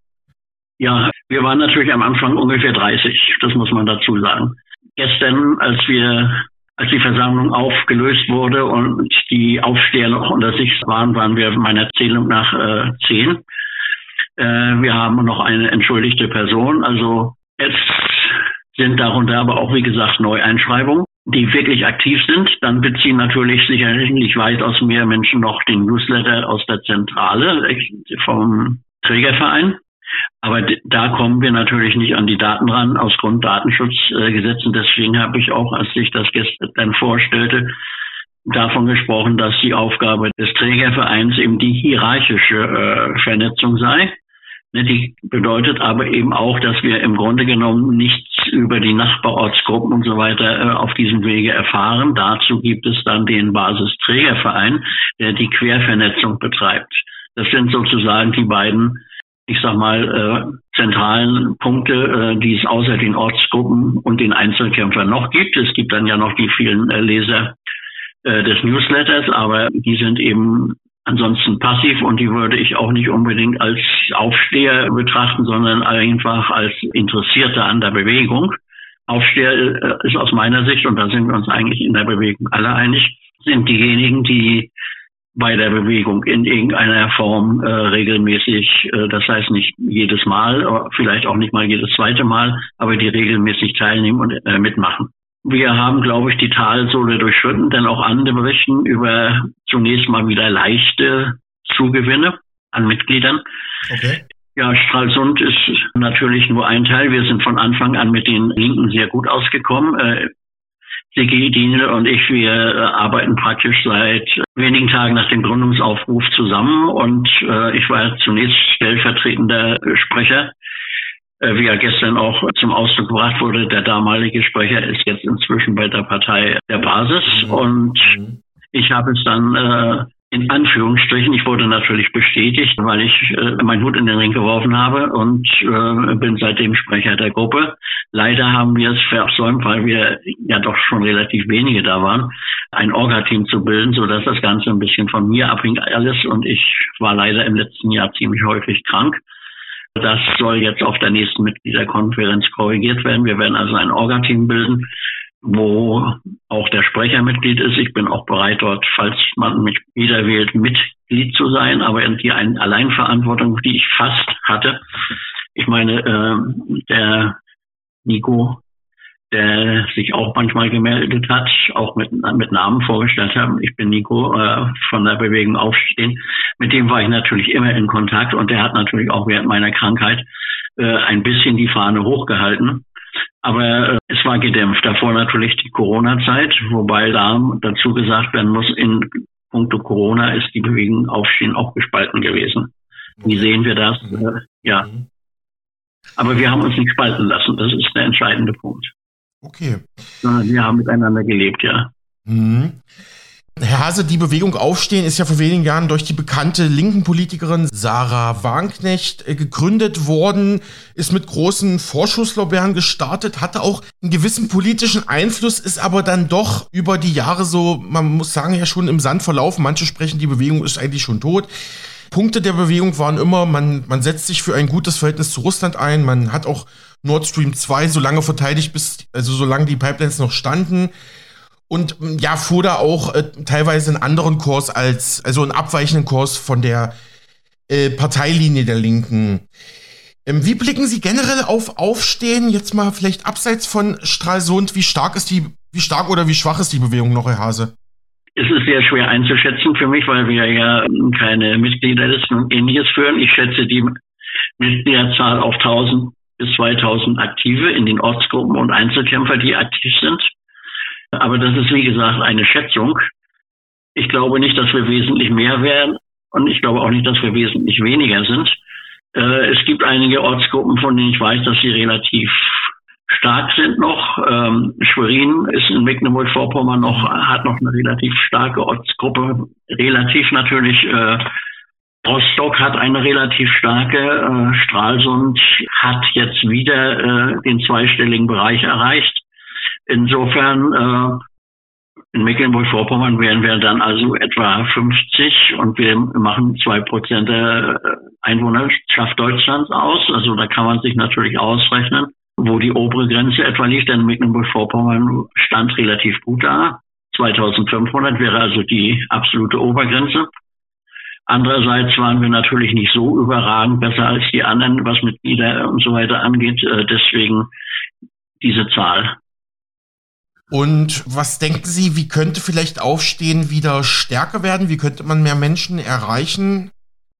D: Ja, wir waren natürlich am Anfang ungefähr 30, das muss man dazu sagen. Gestern, als die Versammlung aufgelöst wurde und die Aufsteher noch unter sich waren wir meiner Zählung nach 10. Wir haben noch eine entschuldigte Person. Also es sind darunter aber auch, wie gesagt, Neueinschreibungen, die wirklich aktiv sind. Dann beziehen natürlich sicherlich weitaus mehr Menschen noch den Newsletter aus der Zentrale vom Trägerverein. Aber da kommen wir natürlich nicht an die Daten ran, aus Grunddatenschutzgesetzen. Deswegen habe ich auch, als ich das gestern vorstellte, davon gesprochen, dass die Aufgabe des Trägervereins eben die hierarchische Vernetzung sei. Die bedeutet aber eben auch, dass wir im Grunde genommen nichts über die Nachbarortsgruppen und so weiter auf diesem Wege erfahren. Dazu gibt es dann den Basisträgerverein, der die Quervernetzung betreibt. Das sind sozusagen die beiden, ich sag mal, zentralen Punkte, die es außer den Ortsgruppen und den Einzelkämpfern noch gibt. Es gibt dann ja noch die vielen Leser des Newsletters, aber die sind eben ansonsten passiv und die würde ich auch nicht unbedingt als Aufsteher betrachten, sondern einfach als Interessierte an der Bewegung. Aufsteher ist aus meiner Sicht, und da sind wir uns eigentlich in der Bewegung alle einig, sind diejenigen, die bei der Bewegung in irgendeiner Form regelmäßig, das heißt nicht jedes Mal, vielleicht auch nicht mal jedes zweite Mal, aber die regelmäßig teilnehmen und mitmachen. Wir haben, glaube ich, die Talsohle durchschritten, denn auch andere berichten über zunächst mal wieder leichte Zugewinne an Mitgliedern. Okay. Ja, Stralsund ist natürlich nur ein Teil. Wir sind von Anfang an mit den Linken sehr gut ausgekommen. Sigi, Dienel und ich, wir arbeiten praktisch seit wenigen Tagen nach dem Gründungsaufruf zusammen und ich war zunächst stellvertretender Sprecher. Wie ja gestern auch zum Ausdruck gebracht wurde, der damalige Sprecher ist jetzt inzwischen bei der Partei der Basis und ich habe es dann in Anführungsstrichen, ich wurde natürlich bestätigt, weil ich meinen Hut in den Ring geworfen habe und bin seitdem Sprecher der Gruppe. Leider haben wir es versäumt, weil wir ja doch schon relativ wenige da waren, ein Orga-Team zu bilden, sodass das Ganze ein bisschen von mir abhängt alles und ich war leider im letzten Jahr ziemlich häufig krank. Das soll jetzt auf der nächsten Mitgliederkonferenz korrigiert werden. Wir werden also ein Orga-Team bilden, wo auch der Sprecher Mitglied ist. Ich bin auch bereit, dort, falls man mich wieder wählt, Mitglied zu sein. Aber die Alleinverantwortung, die ich fast hatte, ich meine, der Nico der sich auch manchmal gemeldet hat, auch mit Namen vorgestellt hat. Ich bin Nico von der Bewegung Aufstehen. Mit dem war ich natürlich immer in Kontakt und der hat natürlich auch während meiner Krankheit ein bisschen die Fahne hochgehalten. Aber es war gedämpft. Davor natürlich die Corona-Zeit, wobei da dazu gesagt werden muss, in puncto Corona ist die Bewegung Aufstehen auch gespalten gewesen. Wie sehen wir das? Ja. Aber wir haben uns nicht spalten lassen. Das ist der entscheidende Punkt.
B: Okay.
D: Wir haben miteinander gelebt, ja.
B: Herr Hase, die Bewegung Aufstehen ist ja vor wenigen Jahren durch die bekannte linken Politikerin Sarah Wagenknecht gegründet worden, ist mit großen Vorschusslorbeeren gestartet, hatte auch einen gewissen politischen Einfluss, ist aber dann doch über die Jahre so, man muss sagen, ja schon im Sand verlaufen. Manche sprechen, die Bewegung ist eigentlich schon tot. Punkte der Bewegung waren immer, man setzt sich für ein gutes Verhältnis zu Russland ein, man hat auch Nord Stream 2 so lange verteidigt, solange die Pipelines noch standen. Und ja, fuhr da auch teilweise einen anderen Kurs einen abweichenden Kurs von der Parteilinie der Linken. Wie blicken Sie generell auf Aufstehen? Jetzt mal vielleicht abseits von Stralsund. Wie stark oder wie schwach ist die Bewegung noch, Herr Hase?
D: Es ist sehr schwer einzuschätzen für mich, weil wir ja keine Mitgliederlisten und Ähnliches führen. Ich schätze die Mitgliederzahl auf 1000 bis 2000 Aktive in den Ortsgruppen und Einzelkämpfer, die aktiv sind. Aber das ist, wie gesagt, eine Schätzung. Ich glaube nicht, dass wir wesentlich mehr werden und ich glaube auch nicht, dass wir wesentlich weniger sind. Es gibt einige Ortsgruppen, von denen ich weiß, dass sie relativ stark sind noch. Schwerin ist in Mecklenburg-Vorpommern hat noch eine relativ starke Ortsgruppe. Relativ natürlich. Rostock hat eine relativ starke. Stralsund hat jetzt wieder den zweistelligen Bereich erreicht. Insofern, in Mecklenburg-Vorpommern wären wir dann also etwa 50 und wir machen 2% der Einwohnerschaft Deutschlands aus. Also da kann man sich natürlich ausrechnen, wo die obere Grenze etwa liegt. Denn Mecklenburg-Vorpommern stand relativ gut da. 2500 wäre also die absolute Obergrenze. Andererseits waren wir natürlich nicht so überragend besser als die anderen, was Mitglieder und so weiter angeht. Deswegen diese Zahl.
B: Und was denken Sie, wie könnte vielleicht Aufstehen wieder stärker werden? Wie könnte man mehr Menschen erreichen?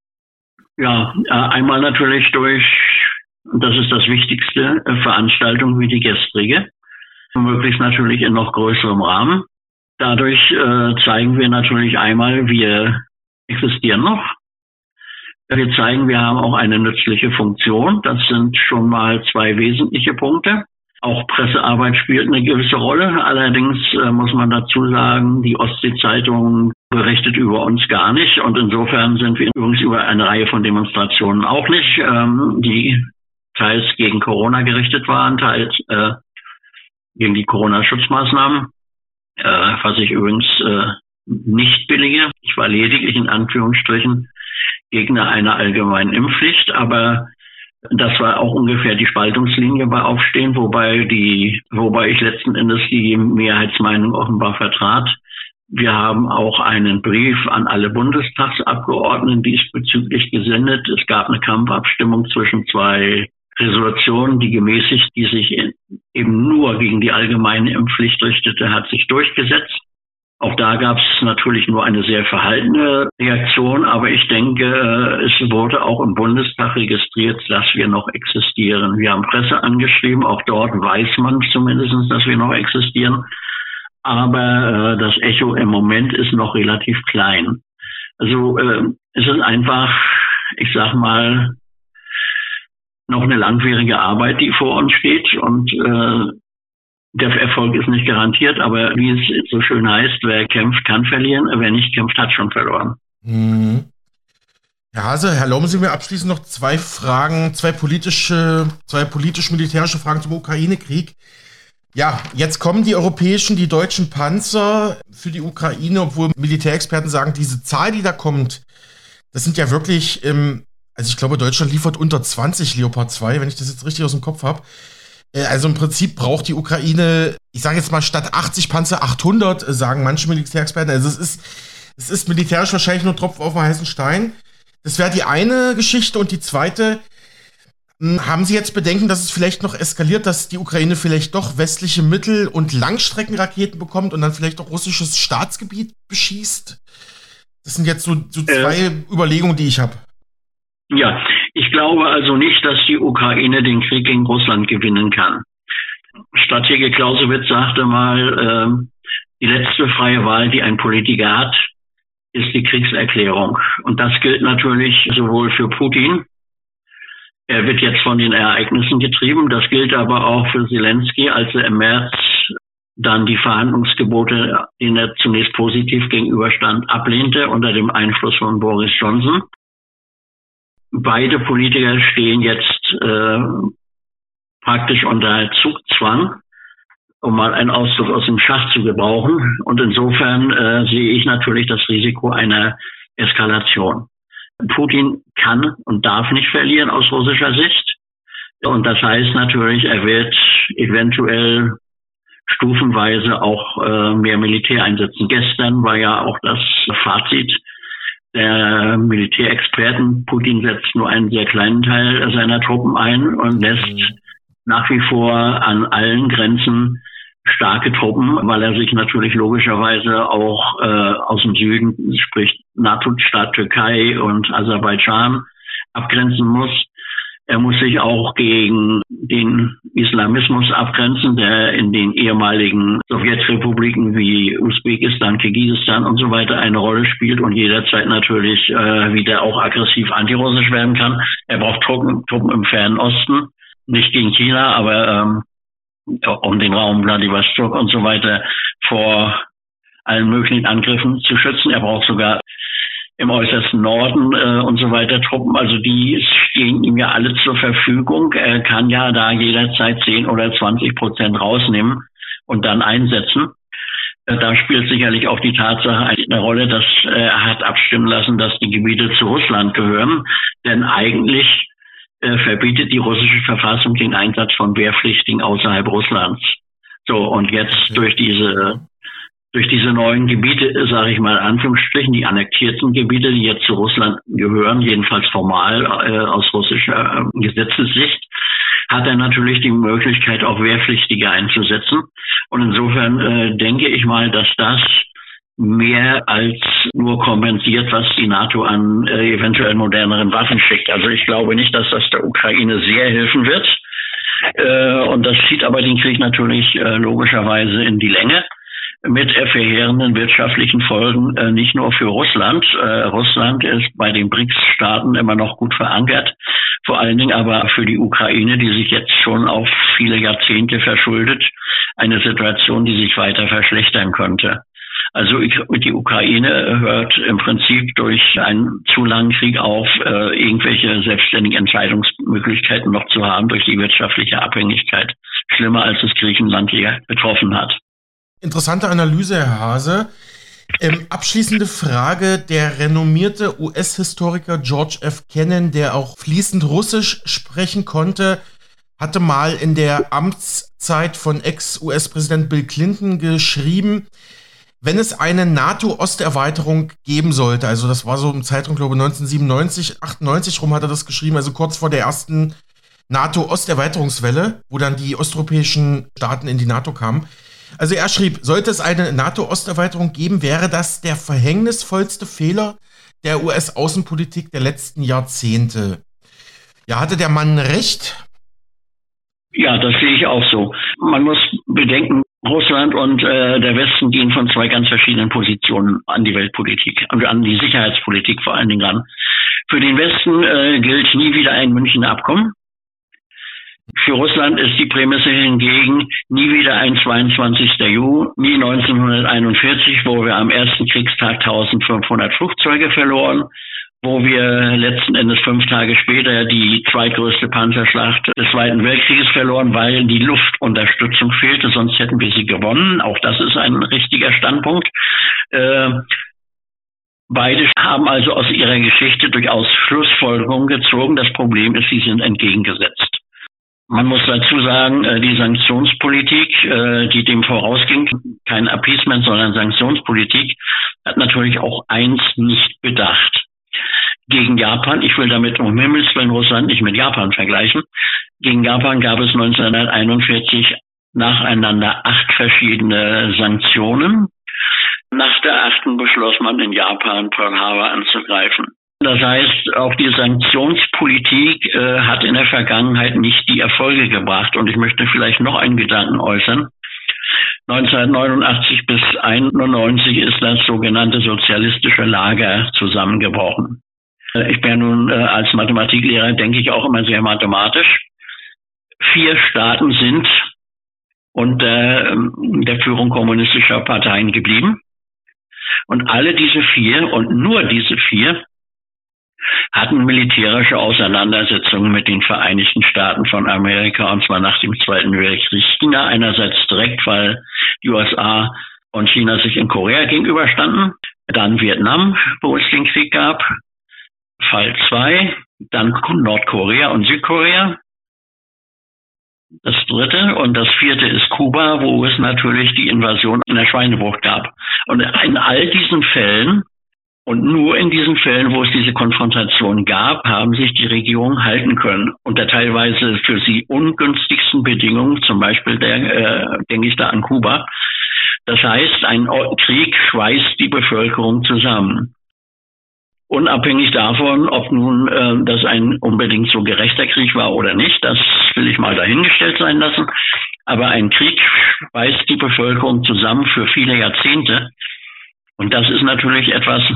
D: Ja, einmal natürlich durch, und das ist das Wichtigste, Veranstaltungen wie die gestrige, möglichst natürlich in noch größerem Rahmen. Dadurch zeigen wir natürlich einmal, wir existieren noch. Wir zeigen, wir haben auch eine nützliche Funktion. Das sind schon mal 2 wesentliche Punkte. Auch Pressearbeit spielt eine gewisse Rolle. Allerdings muss man dazu sagen, die Ostsee-Zeitung berichtet über uns gar nicht. Und insofern sind wir übrigens über eine Reihe von Demonstrationen auch nicht, die teils gegen Corona gerichtet waren, teils gegen die Corona-Schutzmaßnahmen, was ich übrigens nicht billige. Ich war lediglich in Anführungsstrichen Gegner einer allgemeinen Impfpflicht, aber das war auch ungefähr die Spaltungslinie bei Aufstehen, wobei ich letzten Endes die Mehrheitsmeinung offenbar vertrat. Wir haben auch einen Brief an alle Bundestagsabgeordneten diesbezüglich gesendet. Es gab eine Kampfabstimmung zwischen 2 Resolutionen, die gemäßigt, die sich eben nur gegen die allgemeine Impfpflicht richtete, hat sich durchgesetzt. Auch da gab es natürlich nur eine sehr verhaltene Reaktion, aber ich denke, es wurde auch im Bundestag registriert, dass wir noch existieren. Wir haben Presse angeschrieben, auch dort weiß man zumindest, dass wir noch existieren, aber das Echo im Moment ist noch relativ klein. Also es ist einfach, ich sag mal, noch eine langwierige Arbeit, die vor uns steht und der Erfolg ist nicht garantiert, aber wie es so schön heißt, wer kämpft, kann verlieren. Wer nicht kämpft, hat schon verloren.
B: Herr Hase, erlauben Sie mir abschließend noch 2 Fragen, 2 politisch-militärische Fragen zum Ukraine-Krieg. Ja, jetzt kommen die deutschen Panzer für die Ukraine, obwohl Militärexperten sagen, diese Zahl, die da kommt, das sind ja wirklich, also ich glaube, Deutschland liefert unter 20 Leopard 2, wenn ich das jetzt richtig aus dem Kopf habe. Also im Prinzip braucht die Ukraine, ich sage jetzt mal, statt 80 Panzer 800, sagen manche Militärexperten. Also es ist militärisch wahrscheinlich nur Tropfen auf dem heißen Stein. Das wäre die eine Geschichte. Und die zweite, Haben Sie jetzt Bedenken, dass es vielleicht noch eskaliert, dass die Ukraine vielleicht doch westliche Mittel- und Langstreckenraketen bekommt und dann vielleicht auch russisches Staatsgebiet beschießt? Das sind jetzt so zwei Überlegungen, die ich habe.
D: Ja, ich glaube also nicht, dass die Ukraine den Krieg gegen Russland gewinnen kann. Stratege Clausewitz sagte mal, die letzte freie Wahl, die ein Politiker hat, ist die Kriegserklärung. Und das gilt natürlich sowohl für Putin. Er wird jetzt von den Ereignissen getrieben. Das gilt aber auch für Zelensky, als er im März dann die Verhandlungsgebote, denen er zunächst positiv gegenüberstand, ablehnte unter dem Einfluss von Boris Johnson. Beide Politiker stehen jetzt praktisch unter Zugzwang, um mal einen Ausdruck aus dem Schach zu gebrauchen. Und insofern sehe ich natürlich das Risiko einer Eskalation. Putin kann und darf nicht verlieren aus russischer Sicht. Und das heißt natürlich, er wird eventuell stufenweise auch mehr Militär einsetzen. Gestern war ja auch das Fazit der Militärexperten. Putin setzt nur einen sehr kleinen Teil seiner Truppen ein und lässt nach wie vor an allen Grenzen starke Truppen, weil er sich natürlich logischerweise auch aus dem Süden, sprich NATO-Staat Türkei und Aserbaidschan, abgrenzen muss. Er muss sich auch gegen den Islamismus abgrenzen, der in den ehemaligen Sowjetrepubliken wie Usbekistan, Kirgisistan und so weiter eine Rolle spielt und jederzeit natürlich wieder auch aggressiv antirussisch werden kann. Er braucht Truppen im Fernen Osten, nicht gegen China, aber um den Raum Vladivostok und so weiter vor allen möglichen Angriffen zu schützen. Er braucht sogar im äußersten Norden und so weiter Truppen. Also die stehen ihm ja alle zur Verfügung. Er kann ja da jederzeit 10 oder 20% rausnehmen und dann einsetzen. Da spielt sicherlich auch die Tatsache eine Rolle, dass er hat abstimmen lassen, dass die Gebiete zu Russland gehören. Denn eigentlich verbietet die russische Verfassung den Einsatz von Wehrpflichtigen außerhalb Russlands. So, und jetzt durch diese neuen Gebiete, sage ich mal Anführungsstrichen, die annektierten Gebiete, die jetzt zu Russland gehören, jedenfalls formal aus russischer Gesetzessicht, hat er natürlich die Möglichkeit, auch Wehrpflichtige einzusetzen. Und insofern denke ich mal, dass das mehr als nur kompensiert, was die NATO an eventuell moderneren Waffen schickt. Also ich glaube nicht, dass das der Ukraine sehr helfen wird. Und das zieht aber den Krieg natürlich logischerweise in die Länge mit verheerenden wirtschaftlichen Folgen, nicht nur für Russland. Russland ist bei den BRICS-Staaten immer noch gut verankert, vor allen Dingen aber für die Ukraine, die sich jetzt schon auf viele Jahrzehnte verschuldet, eine Situation, die sich weiter verschlechtern könnte. Also die Ukraine hört im Prinzip durch einen zu langen Krieg auf, irgendwelche selbstständigen Entscheidungsmöglichkeiten noch zu haben durch die wirtschaftliche Abhängigkeit. Schlimmer als es Griechenland hier betroffen hat.
B: Interessante Analyse, Herr Hase. Abschließende Frage. Der renommierte US-Historiker George F. Kennan, der auch fließend Russisch sprechen konnte, hatte mal in der Amtszeit von Ex-US-Präsident Bill Clinton geschrieben, wenn es eine NATO-Osterweiterung geben sollte, also das war so im Zeitraum, glaube ich, 1997, 98 rum hat er das geschrieben, also kurz vor der ersten NATO-Osterweiterungswelle, wo dann die osteuropäischen Staaten in die NATO kamen. Also er schrieb, sollte es eine NATO-Osterweiterung geben, wäre das der verhängnisvollste Fehler der US-Außenpolitik der letzten Jahrzehnte. Ja, hatte der Mann recht?
D: Ja, das sehe ich auch so. Man muss bedenken, Russland und der Westen gehen von zwei ganz verschiedenen Positionen an die Weltpolitik, an die Sicherheitspolitik vor allen Dingen ran. Für den Westen gilt nie wieder ein Münchner Abkommen. Für Russland ist die Prämisse hingegen nie wieder ein 22. Juni 1941, wo wir am ersten Kriegstag 1500 Flugzeuge verloren, wo wir letzten Endes 5 Tage später die zweitgrößte Panzerschlacht des Zweiten Weltkrieges verloren, weil die Luftunterstützung fehlte, sonst hätten wir sie gewonnen. Auch das ist ein richtiger Standpunkt. Beide haben also aus ihrer Geschichte durchaus Schlussfolgerungen gezogen. Das Problem ist, sie sind entgegengesetzt. Man muss dazu sagen, die Sanktionspolitik, die dem vorausging, kein Appeasement, sondern Sanktionspolitik, hat natürlich auch eins nicht bedacht. gegen Japan. Ich will damit um Himmels Willen Russland nicht mit Japan vergleichen. Gegen Japan gab es 1941 nacheinander 8 verschiedene Sanktionen. Nach der 8. beschloss man in Japan Pearl Harbor anzugreifen. Das heißt, auch die Sanktionspolitik hat in der Vergangenheit nicht die Erfolge gebracht. Und ich möchte vielleicht noch einen Gedanken äußern. 1989 bis 1991 ist das sogenannte sozialistische Lager zusammengebrochen. Ich bin ja nun als Mathematiklehrer, denke ich, auch immer sehr mathematisch. 4 Staaten sind unter der Führung kommunistischer Parteien geblieben. Und alle diese 4 und nur diese 4 hatten militärische Auseinandersetzungen mit den Vereinigten Staaten von Amerika, und zwar nach dem Zweiten Weltkrieg. China einerseits direkt, weil die USA und China sich in Korea gegenüberstanden. Dann Vietnam, wo es den Krieg gab. Fall 2. Dann Nordkorea und Südkorea. Das 3. und das 4. ist Kuba, wo es natürlich die Invasion in der Schweinebucht gab. Und in all diesen Fällen und nur in diesen Fällen, wo es diese Konfrontation gab, haben sich die Regierungen halten können. Unter teilweise für sie ungünstigsten Bedingungen, zum Beispiel denke ich da an Kuba. Das heißt, ein Krieg schweißt die Bevölkerung zusammen. Unabhängig davon, ob nun das ein unbedingt so gerechter Krieg war oder nicht, das will ich mal dahingestellt sein lassen. Aber ein Krieg schweißt die Bevölkerung zusammen für viele Jahrzehnte. Und das ist natürlich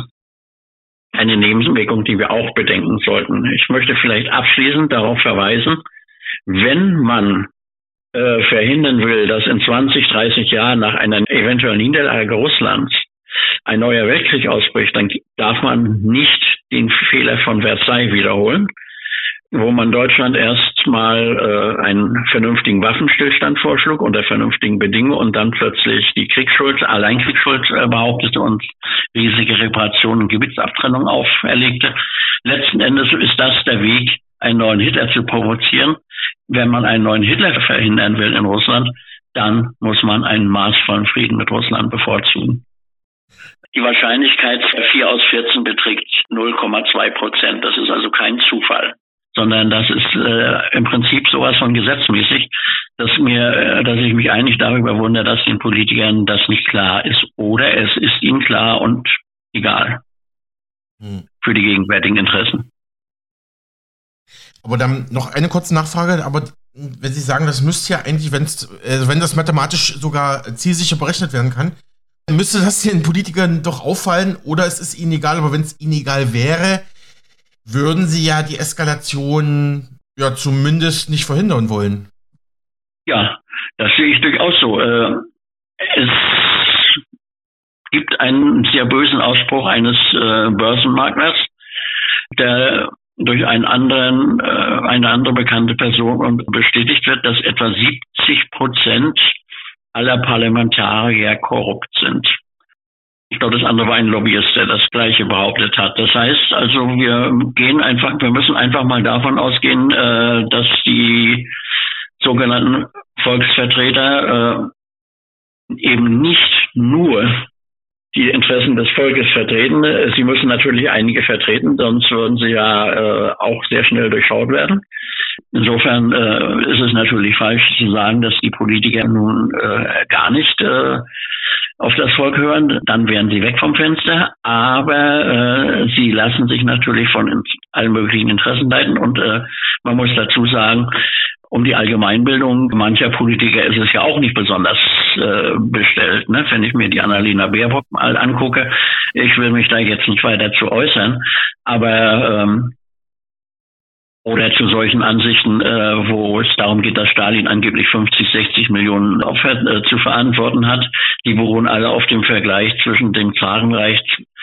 D: eine Nebenwirkung, die wir auch bedenken sollten. Ich möchte vielleicht abschließend darauf verweisen, wenn man verhindern will, dass in 20, 30 Jahren nach einer eventuellen Niederlage Russlands ein neuer Weltkrieg ausbricht, dann darf man nicht den Fehler von Versailles wiederholen, wo man Deutschland erstmal einen vernünftigen Waffenstillstand vorschlug unter vernünftigen Bedingungen und dann plötzlich die Alleinkriegsschuld behauptete und riesige Reparationen und Gebietsabtrennung auferlegte. Letzten Endes ist das der Weg, einen neuen Hitler zu provozieren. Wenn man einen neuen Hitler verhindern will in Russland, dann muss man einen maßvollen Frieden mit Russland bevorzugen. Die Wahrscheinlichkeit 4 aus 14 beträgt 0,2%. Das ist also kein Zufall, sondern das ist im Prinzip sowas von gesetzmäßig, dass ich mich eigentlich darüber wundere, dass den Politikern das nicht klar ist. Oder es ist ihnen klar und egal für die gegenwärtigen Interessen.
B: Aber dann noch eine kurze Nachfrage, aber wenn Sie sagen, das müsste ja eigentlich, wenn das mathematisch sogar zielsicher berechnet werden kann, müsste das den Politikern doch auffallen, oder es ist ihnen egal, aber wenn es ihnen egal wäre, würden sie ja die Eskalation ja zumindest nicht verhindern wollen.
D: Ja, das sehe ich durchaus so. Es gibt einen sehr bösen Ausspruch eines Börsenmaklers, der durch eine andere bekannte Person bestätigt wird, dass etwa 70% aller Parlamentarier korrupt sind. Ich glaube, das andere war ein Lobbyist, der das Gleiche behauptet hat. Das heißt also, wir müssen einfach mal davon ausgehen, dass die sogenannten Volksvertreter eben nicht nur die Interessen des Volkes vertreten. Sie müssen natürlich einige vertreten, sonst würden sie ja auch sehr schnell durchschaut werden. Insofern ist es natürlich falsch zu sagen, dass die Politiker nun gar nicht auf das Volk hören. Dann wären sie weg vom Fenster. Aber sie lassen sich natürlich von allen möglichen Interessen leiten. Und man muss dazu sagen, um die Allgemeinbildung mancher Politiker ist es ja auch nicht besonders bestellt. Ne? Wenn ich mir die Annalena Baerbock mal angucke, ich will mich da jetzt nicht weiter zu äußern, aber oder zu solchen Ansichten, wo es darum geht, dass Stalin angeblich 50, 60 Millionen Opfer zu verantworten hat. Die beruhen alle auf dem Vergleich zwischen dem Zarenreich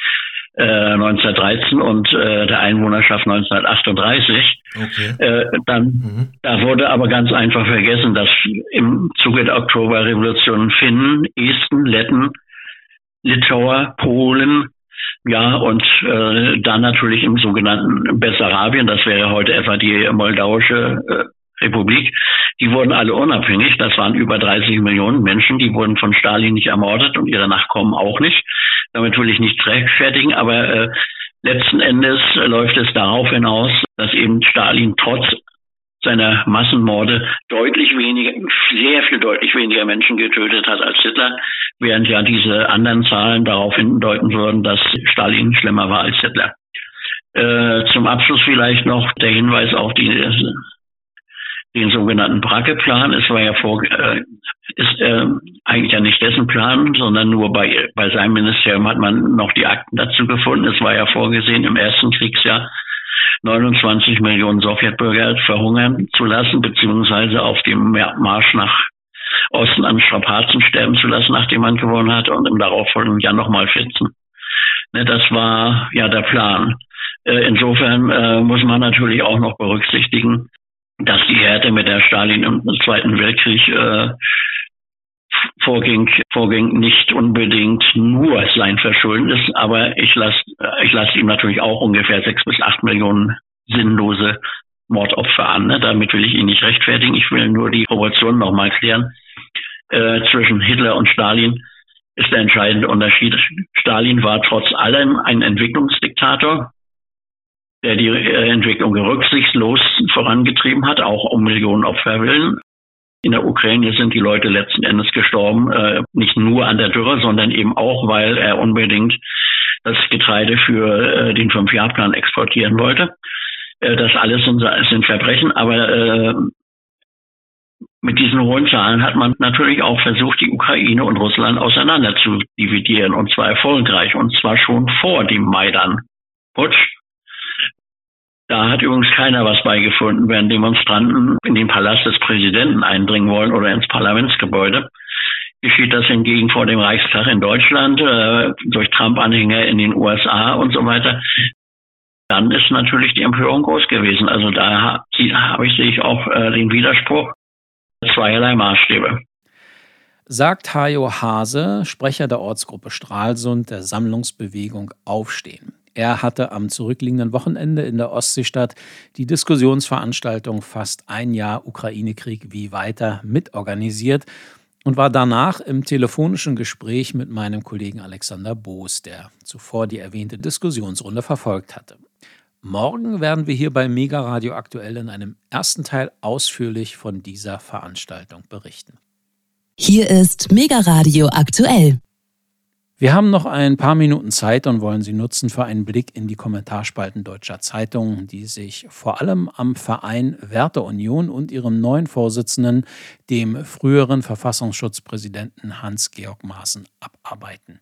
D: 1913 und der Einwohnerschaft 1938. Okay. Da wurde aber ganz einfach vergessen, dass im Zuge der Oktoberrevolution Finnen, Esten, Letten, Litauer, Polen, ja, und dann natürlich im sogenannten Bessarabien, das wäre heute etwa die Moldauische Republik, die wurden alle unabhängig. Das waren über 30 Millionen Menschen, die wurden von Stalin nicht ermordet und ihre Nachkommen auch nicht. Damit will ich nichts rechtfertigen, aber Letzten Endes läuft es darauf hinaus, dass eben Stalin trotz seiner Massenmorde sehr viel deutlich weniger Menschen getötet hat als Hitler, während ja diese anderen Zahlen darauf hindeuten würden, dass Stalin schlimmer war als Hitler. Zum Abschluss vielleicht noch der Hinweis auf den sogenannten Bragge-Plan. Es war ja ist eigentlich ja nicht dessen Plan, sondern nur bei seinem Ministerium hat man noch die Akten dazu gefunden. Es war ja vorgesehen, im ersten Kriegsjahr 29 Millionen Sowjetbürger verhungern zu lassen, beziehungsweise auf dem Marsch nach Osten an Strapazen sterben zu lassen, nachdem man gewonnen hat, und im darauffolgenden Jahr nochmal 14. Das war ja der Plan. Insofern muss man natürlich auch noch berücksichtigen, dass die Härte, mit der Stalin im Zweiten Weltkrieg vorging, nicht unbedingt nur sein Verschulden ist, aber ich lasse ihm natürlich auch ungefähr 6 bis 8 Millionen sinnlose Mordopfer an. Damit will ich ihn nicht rechtfertigen. Ich will nur die Proportionen nochmal klären. Zwischen Hitler und Stalin ist der entscheidende Unterschied. Stalin war trotz allem ein Entwicklungsdiktator, der die Entwicklung rücksichtslos vorangetrieben hat, auch um Millionen Opfer willen. In der Ukraine sind die Leute letzten Endes gestorben, nicht nur an der Dürre, sondern eben auch, weil er unbedingt das Getreide für den 5-Jahr-Plan exportieren wollte. Das alles sind Verbrechen, aber mit diesen hohen Zahlen hat man natürlich auch versucht, die Ukraine und Russland auseinander zu dividieren, und zwar erfolgreich, und zwar schon vor dem Maidan-Putsch. Da hat übrigens keiner was beigefunden, während Demonstranten in den Palast des Präsidenten eindringen wollen oder ins Parlamentsgebäude. Geschieht das hingegen vor dem Reichstag in Deutschland, durch Trump-Anhänger in den USA und so weiter. Dann ist natürlich die Empörung groß gewesen. Also da sehe ich auch den Widerspruch zweierlei Maßstäbe.
A: Sagt Hajo Haase, Sprecher der Ortsgruppe Stralsund der Sammlungsbewegung Aufstehen. Er hatte am zurückliegenden Wochenende in der Ostseestadt die Diskussionsveranstaltung Fast ein Jahr Ukraine-Krieg wie weiter mitorganisiert und war danach im telefonischen Gespräch mit meinem Kollegen Alexander Boos, der zuvor die erwähnte Diskussionsrunde verfolgt hatte. Morgen werden wir hier bei Mega Radio Aktuell in einem ersten Teil ausführlich von dieser Veranstaltung berichten.
E: Hier ist Mega Radio Aktuell.
A: Wir haben noch ein paar Minuten Zeit und wollen sie nutzen für einen Blick in die Kommentarspalten deutscher Zeitungen, die sich vor allem am Verein Werteunion und ihrem neuen Vorsitzenden, dem früheren Verfassungsschutzpräsidenten Hans-Georg Maaßen, abarbeiten.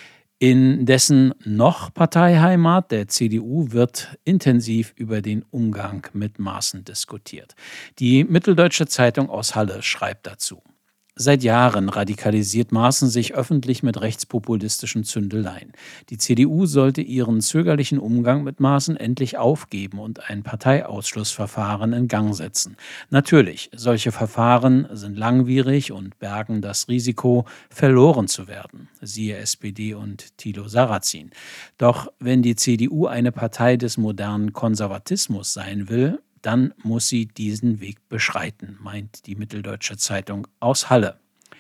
A: In dessen noch Parteiheimat, der CDU, wird intensiv über den Umgang mit Maaßen diskutiert. Die Mitteldeutsche Zeitung aus Halle schreibt dazu: Seit Jahren radikalisiert Maaßen sich öffentlich mit rechtspopulistischen Zündeleien. Die CDU sollte ihren zögerlichen Umgang mit Maaßen endlich aufgeben und ein Parteiausschlussverfahren in Gang setzen. Natürlich, solche Verfahren sind langwierig und bergen das Risiko, verloren zu werden. Siehe SPD und Thilo Sarrazin. Doch wenn die CDU eine Partei des modernen Konservatismus sein will, dann muss sie diesen Weg beschreiten, meint die Mitteldeutsche Zeitung aus Halle.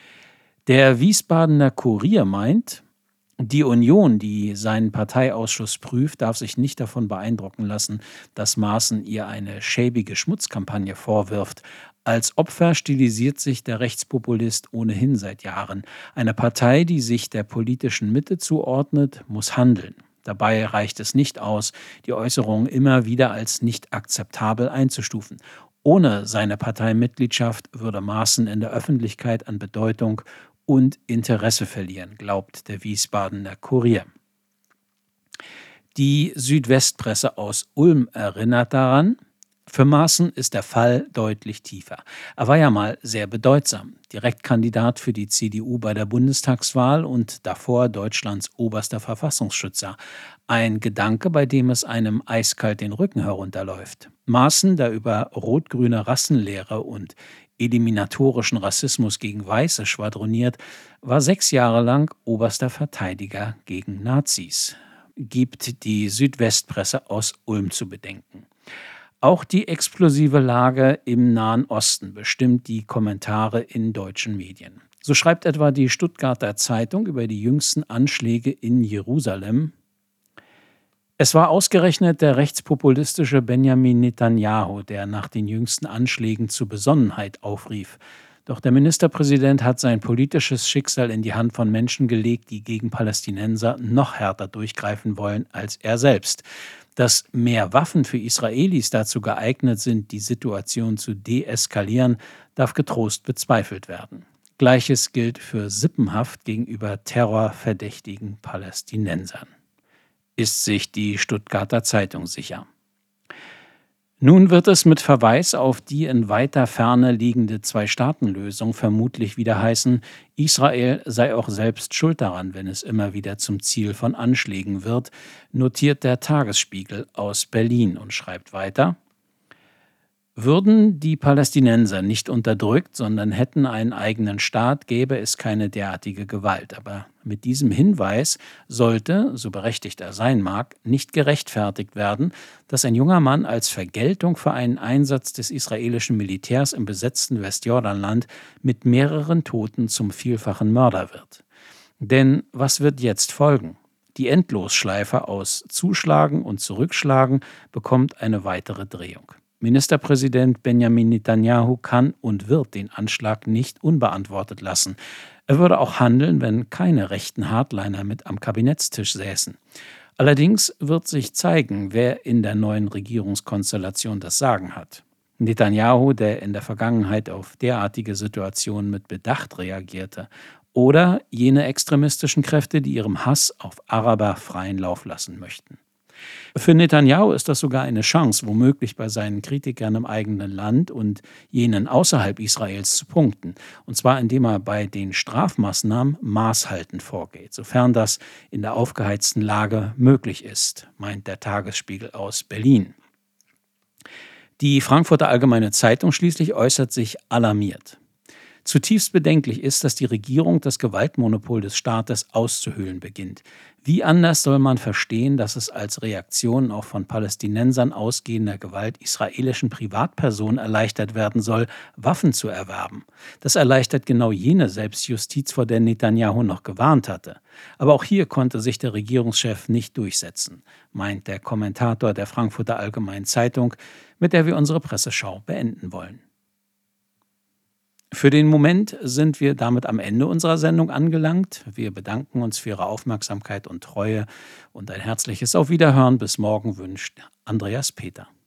A: Der Wiesbadener Kurier meint, die Union, die seinen Parteiausschuss prüft, darf sich nicht davon beeindrucken lassen, dass Maaßen ihr eine schäbige Schmutzkampagne vorwirft. Als Opfer stilisiert sich der Rechtspopulist ohnehin seit Jahren. Eine Partei, die sich der politischen Mitte zuordnet, muss handeln. Dabei reicht es nicht aus, die Äußerungen immer wieder als nicht akzeptabel einzustufen. Ohne seine Parteimitgliedschaft würde Maaßen in der Öffentlichkeit an Bedeutung und Interesse verlieren, glaubt der Wiesbadener Kurier. Die Südwestpresse aus Ulm erinnert daran: Für Maaßen ist der Fall deutlich tiefer. Er war ja mal sehr bedeutsam. Direktkandidat für die CDU bei der Bundestagswahl und davor Deutschlands oberster Verfassungsschützer. Ein Gedanke, bei dem es einem eiskalt den Rücken herunterläuft. Maaßen, der über rot-grüne Rassenlehre und eliminatorischen Rassismus gegen Weiße schwadroniert, war 6 Jahre lang oberster Verteidiger gegen Nazis, gibt die Südwestpresse aus Ulm zu bedenken. Auch die explosive Lage im Nahen Osten bestimmt die Kommentare in deutschen Medien. So schreibt etwa die Stuttgarter Zeitung über die jüngsten Anschläge in Jerusalem: Es war ausgerechnet der rechtspopulistische Benjamin Netanyahu, der nach den jüngsten Anschlägen zur Besonnenheit aufrief. Doch der Ministerpräsident hat sein politisches Schicksal in die Hand von Menschen gelegt, die gegen Palästinenser noch härter durchgreifen wollen als er selbst. Dass mehr Waffen für Israelis dazu geeignet sind, die Situation zu deeskalieren, darf getrost bezweifelt werden. Gleiches gilt für Sippenhaft gegenüber terrorverdächtigen Palästinensern. Ist sich die Stuttgarter Zeitung sicher. Nun wird es mit Verweis auf die in weiter Ferne liegende Zwei-Staaten-Lösung vermutlich wieder heißen, Israel sei auch selbst schuld daran, wenn es immer wieder zum Ziel von Anschlägen wird, notiert der Tagesspiegel aus Berlin und schreibt weiter: Würden die Palästinenser nicht unterdrückt, sondern hätten einen eigenen Staat, gäbe es keine derartige Gewalt. Aber mit diesem Hinweis sollte, so berechtigt er sein mag, nicht gerechtfertigt werden, dass ein junger Mann als Vergeltung für einen Einsatz des israelischen Militärs im besetzten Westjordanland mit mehreren Toten zum vielfachen Mörder wird. Denn was wird jetzt folgen? Die Endlosschleife aus Zuschlagen und Zurückschlagen bekommt eine weitere Drehung. Ministerpräsident Benjamin Netanyahu kann und wird den Anschlag nicht unbeantwortet lassen. Er würde auch handeln, wenn keine rechten Hardliner mit am Kabinettstisch säßen. Allerdings wird sich zeigen, wer in der neuen Regierungskonstellation das Sagen hat. Netanyahu, der in der Vergangenheit auf derartige Situationen mit Bedacht reagierte, oder jene extremistischen Kräfte, die ihrem Hass auf Araber freien Lauf lassen möchten. Für Netanyahu ist das sogar eine Chance, womöglich bei seinen Kritikern im eigenen Land und jenen außerhalb Israels zu punkten. Und zwar indem er bei den Strafmaßnahmen maßhaltend vorgeht, sofern das in der aufgeheizten Lage möglich ist, meint der Tagesspiegel aus Berlin. Die Frankfurter Allgemeine Zeitung schließlich äußert sich alarmiert. Zutiefst bedenklich ist, dass die Regierung das Gewaltmonopol des Staates auszuhöhlen beginnt. Wie anders soll man verstehen, dass es als Reaktion auf von Palästinensern ausgehender Gewalt israelischen Privatpersonen erleichtert werden soll, Waffen zu erwerben? Das erleichtert genau jene Selbstjustiz, vor der Netanyahu noch gewarnt hatte. Aber auch hier konnte sich der Regierungschef nicht durchsetzen, meint der Kommentator der Frankfurter Allgemeinen Zeitung, mit der wir unsere Presseschau beenden wollen. Für den Moment sind wir damit am Ende unserer Sendung angelangt. Wir bedanken uns für Ihre Aufmerksamkeit und Treue und ein herzliches Auf Wiederhören. Bis morgen wünscht Andreas Peter.